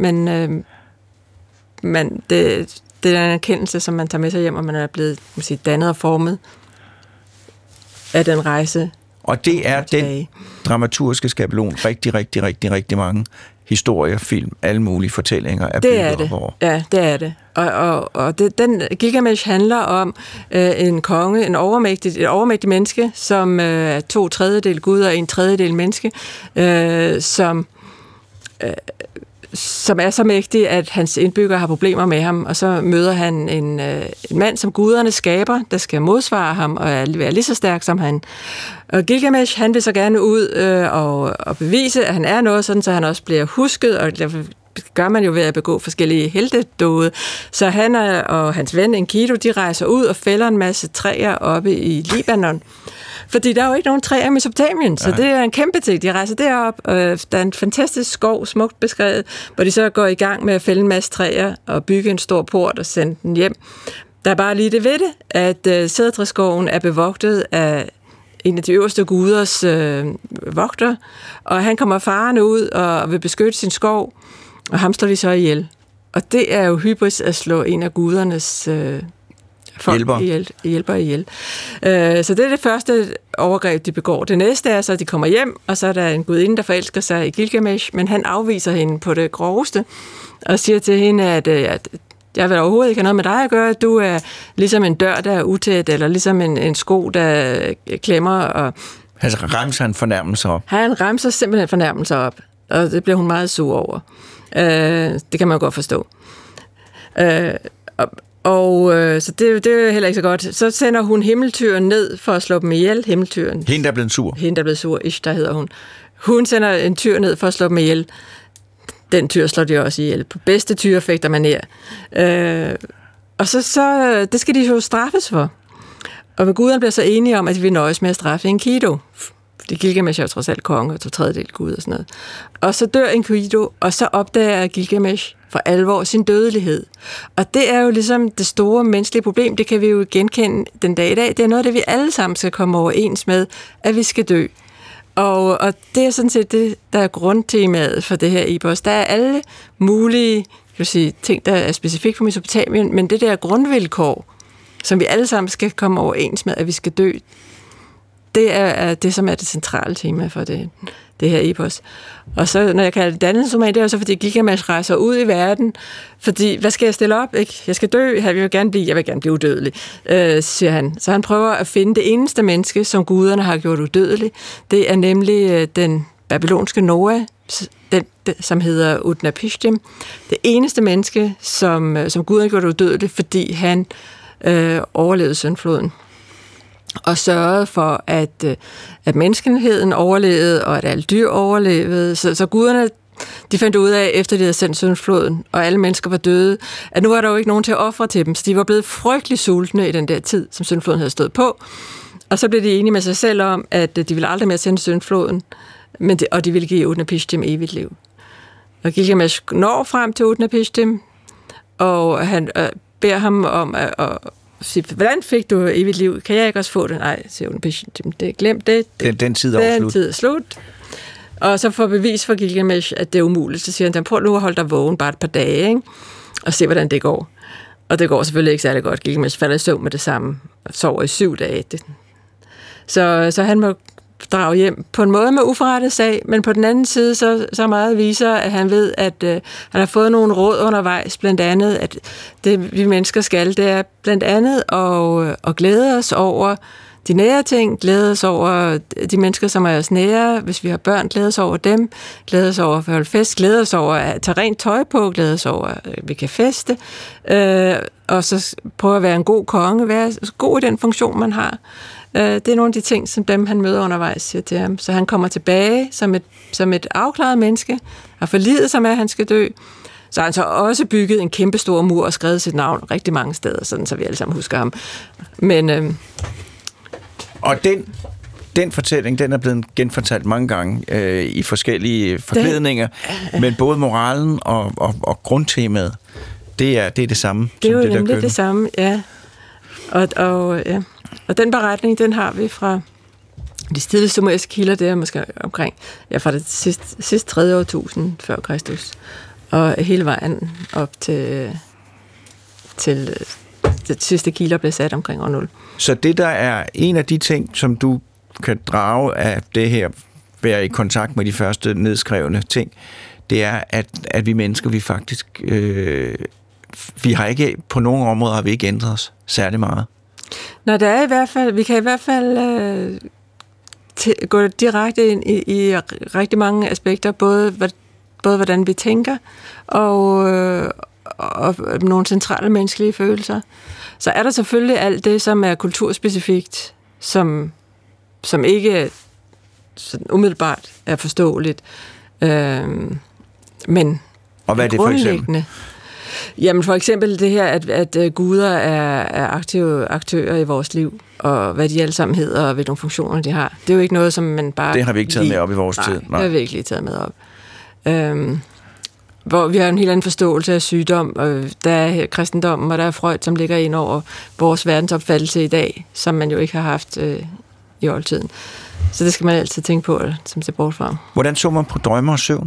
men det er en erkendelse, som man tager med sig hjem, og man er blevet dannet og formet af den rejse. Og det er den dramaturgiske skabelon. Rigtig mange historier, film, alle mulige fortællinger er bygget op over. Ja, det er det. Og den Gilgamesh handler om en konge, et overmægtigt menneske, som er 2/3 Gud og 1/3 menneske, som er så mægtig, at hans indbyggere har problemer med ham, og så møder han en mand, som guderne skaber, der skal modsvare ham og være lige så stærk som han. Og Gilgamesh, han vil så gerne ud og bevise, at han er noget, sådan så han også bliver husket, og derfor gør man jo ved at begå forskellige heltedåde. Så han og hans ven Enkidu, de rejser ud og fælder en masse træer oppe i Libanon. Fordi der er jo ikke nogen træer i Mesopotamien, så det er en kæmpe ting. De rejser derop, der er en fantastisk skov, smukt beskrevet, hvor de så går i gang med at fælde en masse træer og bygge en stor port og sende den hjem. Der er bare lige det ved det, at cedertræskoven er bevogtet af en af de øverste guders vogter, og han kommer farende ud og vil beskytte sin skov, og ham slår de så ihjel. Og det er jo hybris at slå en af gudernes hjælper ihjel. Så det er det første overgreb, de begår. Det næste er så, at de kommer hjem, og så er der en gudinde, der forelsker sig i Gilgamesh, men han afviser hende på det groveste, og siger til hende, at jeg vil overhovedet ikke have noget med dig at gøre. Du er ligesom en dør, der er utæt, eller ligesom en sko, der klemmer. Og altså remser han fornærmelser op? Han remser simpelthen fornærmelser op, og det bliver hun meget sur over. Det kan man jo godt forstå. Så det er heller ikke så godt. Så sender hun himmeltyren ned for at slå dem ihjel. Himmeltyren. Hende, der er blevet sur. Hende, der er blevet sur. Der hedder hun. Hun sender en tyr ned for at slå dem ihjel. Den tyr slår de også ihjel. På bedste tyr fægter man ned. Og så det skal de jo straffes for. Og guderne bliver så enige om, at de vil nøjes med at straffe Enkidu. Fordi Gilgamesh er jo trods alt konge og 2/3 gud og sådan noget. Og så dør Enkidu, og så opdager Gilgamesh for alvor sin dødelighed. Og det er jo ligesom det store menneskelige problem. Det kan vi jo genkende den dag i dag. Det er noget af det, vi alle sammen skal komme overens med, at vi skal dø. Og det er sådan set det, der er grundtemaet for det her epos. Der er alle mulige ting, der er specifikt for Mesopotamien, men det der grundvilkår, som vi alle sammen skal komme overens med, at vi skal dø, det er det, som er det centrale tema for det her epos. Og så, når jeg kalder det dannelsesroman, det er jo så, fordi Gilgamesh rejser ud i verden, fordi, hvad skal jeg stille op? Ikke? Jeg skal dø, jeg vil gerne blive udødelig, siger han. Så han prøver at finde det eneste menneske, som guderne har gjort udødelig. Det er nemlig den babylonske Noah, som hedder Utnapishtim. Det eneste menneske, som guderne har gjort udødelig, fordi han overlevede syndfloden. Og sørgede for, at menneskeheden overlevede, og at alle dyr overlevede. Så guderne, de fandt ud af, efter de havde sendt syndfloden, og alle mennesker var døde, at nu var der jo ikke nogen til at ofre til dem, så de var blevet frygtelig sultne i den der tid, som syndfloden havde stået på. Og så blev de enige med sig selv om, at de ville aldrig mere sende syndfloden, og de ville give Utnapishtim evigt liv. Og Gilgamesh når frem til Utnapishtim, og han beder ham om at hvordan fik du evigt liv? Kan jeg ikke også få det? Nej, siger Utnapishtim, det glemt det. Den tid er slut. Den tid er slut. Og så får bevis for Gilgamesh, at det er umuligt. Så siger han, prøv nu at holde dig vågen bare et par dage, ikke? Og se, hvordan det går. Og det går selvfølgelig ikke særlig godt. Gilgamesh falder i søvn med det samme og sover i 7 dage. Så han må drage hjem på en måde med uforrettet sag, men på den anden side så meget viser, at han ved, at han har fået nogle råd undervejs, blandt andet, at det vi mennesker skal, det er blandt andet at glæde os over de nære ting, glæde os over de mennesker, som er os nære, hvis vi har børn, glæde os over dem, glæde os over at holde fest, glæde os over at tage rent tøj på, glæde os over, at vi kan feste, og så prøve at være en god konge, være god i den funktion, man har. Det er nogle af de ting, som dem, han møder undervejs, siger til ham. Så han kommer tilbage som et afklaret menneske, har forlidet sig med, at han skal dø. Så har han så også bygget en kæmpe stor mur og skrevet sit navn rigtig mange steder, sådan så vi alle sammen husker ham. Men og den fortælling, den er blevet genfortalt mange gange i forskellige forklædninger, men både moralen og grundtemaet, det er det samme. Det er jo nemlig det samme, ja. Og den beretning, den har vi fra de tidligste sumeriske kilder, det er måske omkring, fra det sidste 3. årtusind før Kristus, og hele vejen op til det sidste kilder blev sat omkring år 0. Så det, der er en af de ting, som du kan drage af det her, være i kontakt med de første nedskrevne ting, det er, at vi mennesker, vi faktisk, vi har ikke, på nogle områder har vi ikke ændret os særlig meget. Nå, der er i hvert fald, vi kan i hvert fald gå direkte ind i rigtig mange aspekter, både hvordan vi tænker, og nogle centrale menneskelige følelser. Så er der selvfølgelig alt det, som er kulturspecifikt, som ikke sådan umiddelbart er forståeligt, men og hvad er det for eksempel? Jamen for eksempel det her, at guder er aktive aktører i vores liv, og hvad de alle sammen hedder, og hvilke funktioner de har. Det er jo ikke noget, som man bare... Det har vi ikke taget med op i vores tid. Nej, det har vi ikke lige taget med op. Hvor vi har en helt anden forståelse af sygdom, og der er kristendommen, og der er Freud, som ligger ind over vores verdensopfattelse i dag, som man jo ikke har haft i oldtiden. Så det skal man altid tænke på, som ser bort fra. Hvordan så man på drømme og søvn?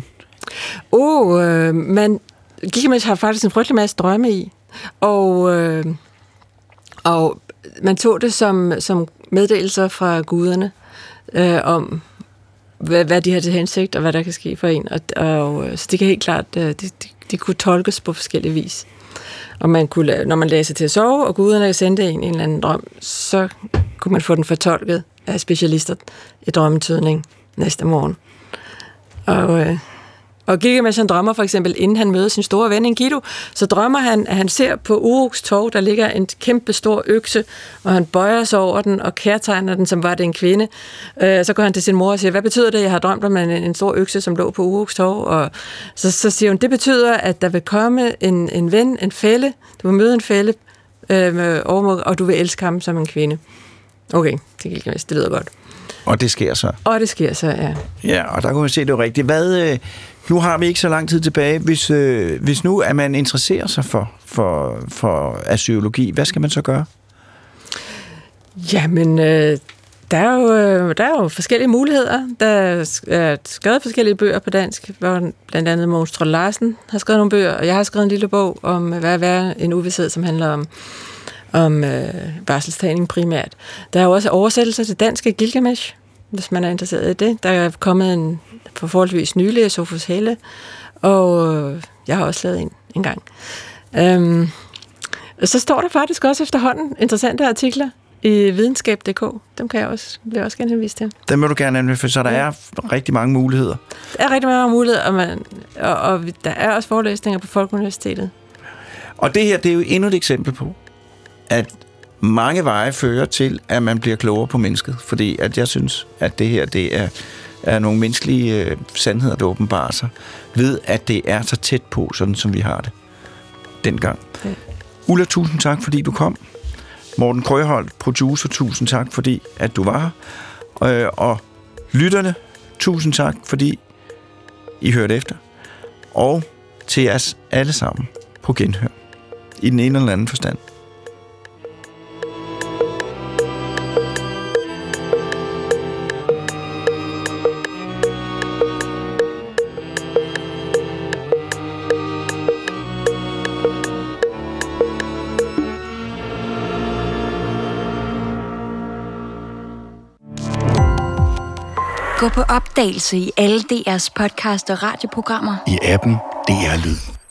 Gilgamesh har faktisk en frygtelig masse drømme i, og man tog det som meddelelser fra guderne om, hvad de har til hensigt, og hvad der kan ske for en. Så det kan helt klart, de kunne tolkes på forskellige vis. Og man kunne, når man lagde sig til at sove, og guderne sendte en eller anden drøm, så kunne man få den fortolket af specialister i drømmetydning næste morgen. Og Gilgamesh, han drømmer for eksempel, inden han møder sin store ven Enkidu, så drømmer han, at han ser på Uruks torv, der ligger en kæmpe stor økse, og han bøjer sig over den og kærtegner den, som var det en kvinde. Så går han til sin mor og siger, hvad betyder det, jeg har drømt om en stor økse, som lå på Uruks torv? Og så siger hun, det betyder, at der vil komme en ven, en fælle, du vil møde en fælle, og du vil elske ham som en kvinde. Okay, det Gilgamesh, det lyder godt. Og det sker så? Og det sker så, ja. Ja, og der kunne man se, det jo rigtigt. Nu har vi ikke så lang tid tilbage. Hvis nu at man interesserer sig for astrologi, hvad skal man så gøre? Jamen, der er jo forskellige muligheder. Der er skrevet forskellige bøger på dansk, hvor blandt andet Mogens Trolle Larsen har skrevet nogle bøger, og jeg har skrevet en lille bog om, hvad er være en uvished, som handler om barselstagning primært. Der er jo også oversættelser til dansk af Gilgamesh, hvis man er interesseret i det. Der er kommet en for forholdsvis nylig af Sofus Helle, og jeg har også lavet en gang. Så står der faktisk også efterhånden interessante artikler i videnskab.dk. Dem vil jeg også gerne henvise til. Dem vil du gerne henvise, for så der er rigtig mange muligheder. Der er rigtig mange muligheder, og der er også forelæsninger på Folkeuniversitetet. Og det her, det er jo endnu et eksempel på, at mange veje fører til, at man bliver klogere på mennesket. Fordi at jeg synes, at det her, det er nogle menneskelige sandheder, der åbenbarer sig, ved at det er så tæt på, sådan som vi har det dengang. Ja. Ulla, tusind tak, fordi du kom. Morten Krøholt, producer, tusind tak, fordi at du var her. Og lytterne, tusind tak, fordi I hørte efter. Og til os alle sammen på genhør. I den ene eller anden forstand. Gå på opdagelse i alle DR's podcast og radioprogrammer. I appen DR Lyd.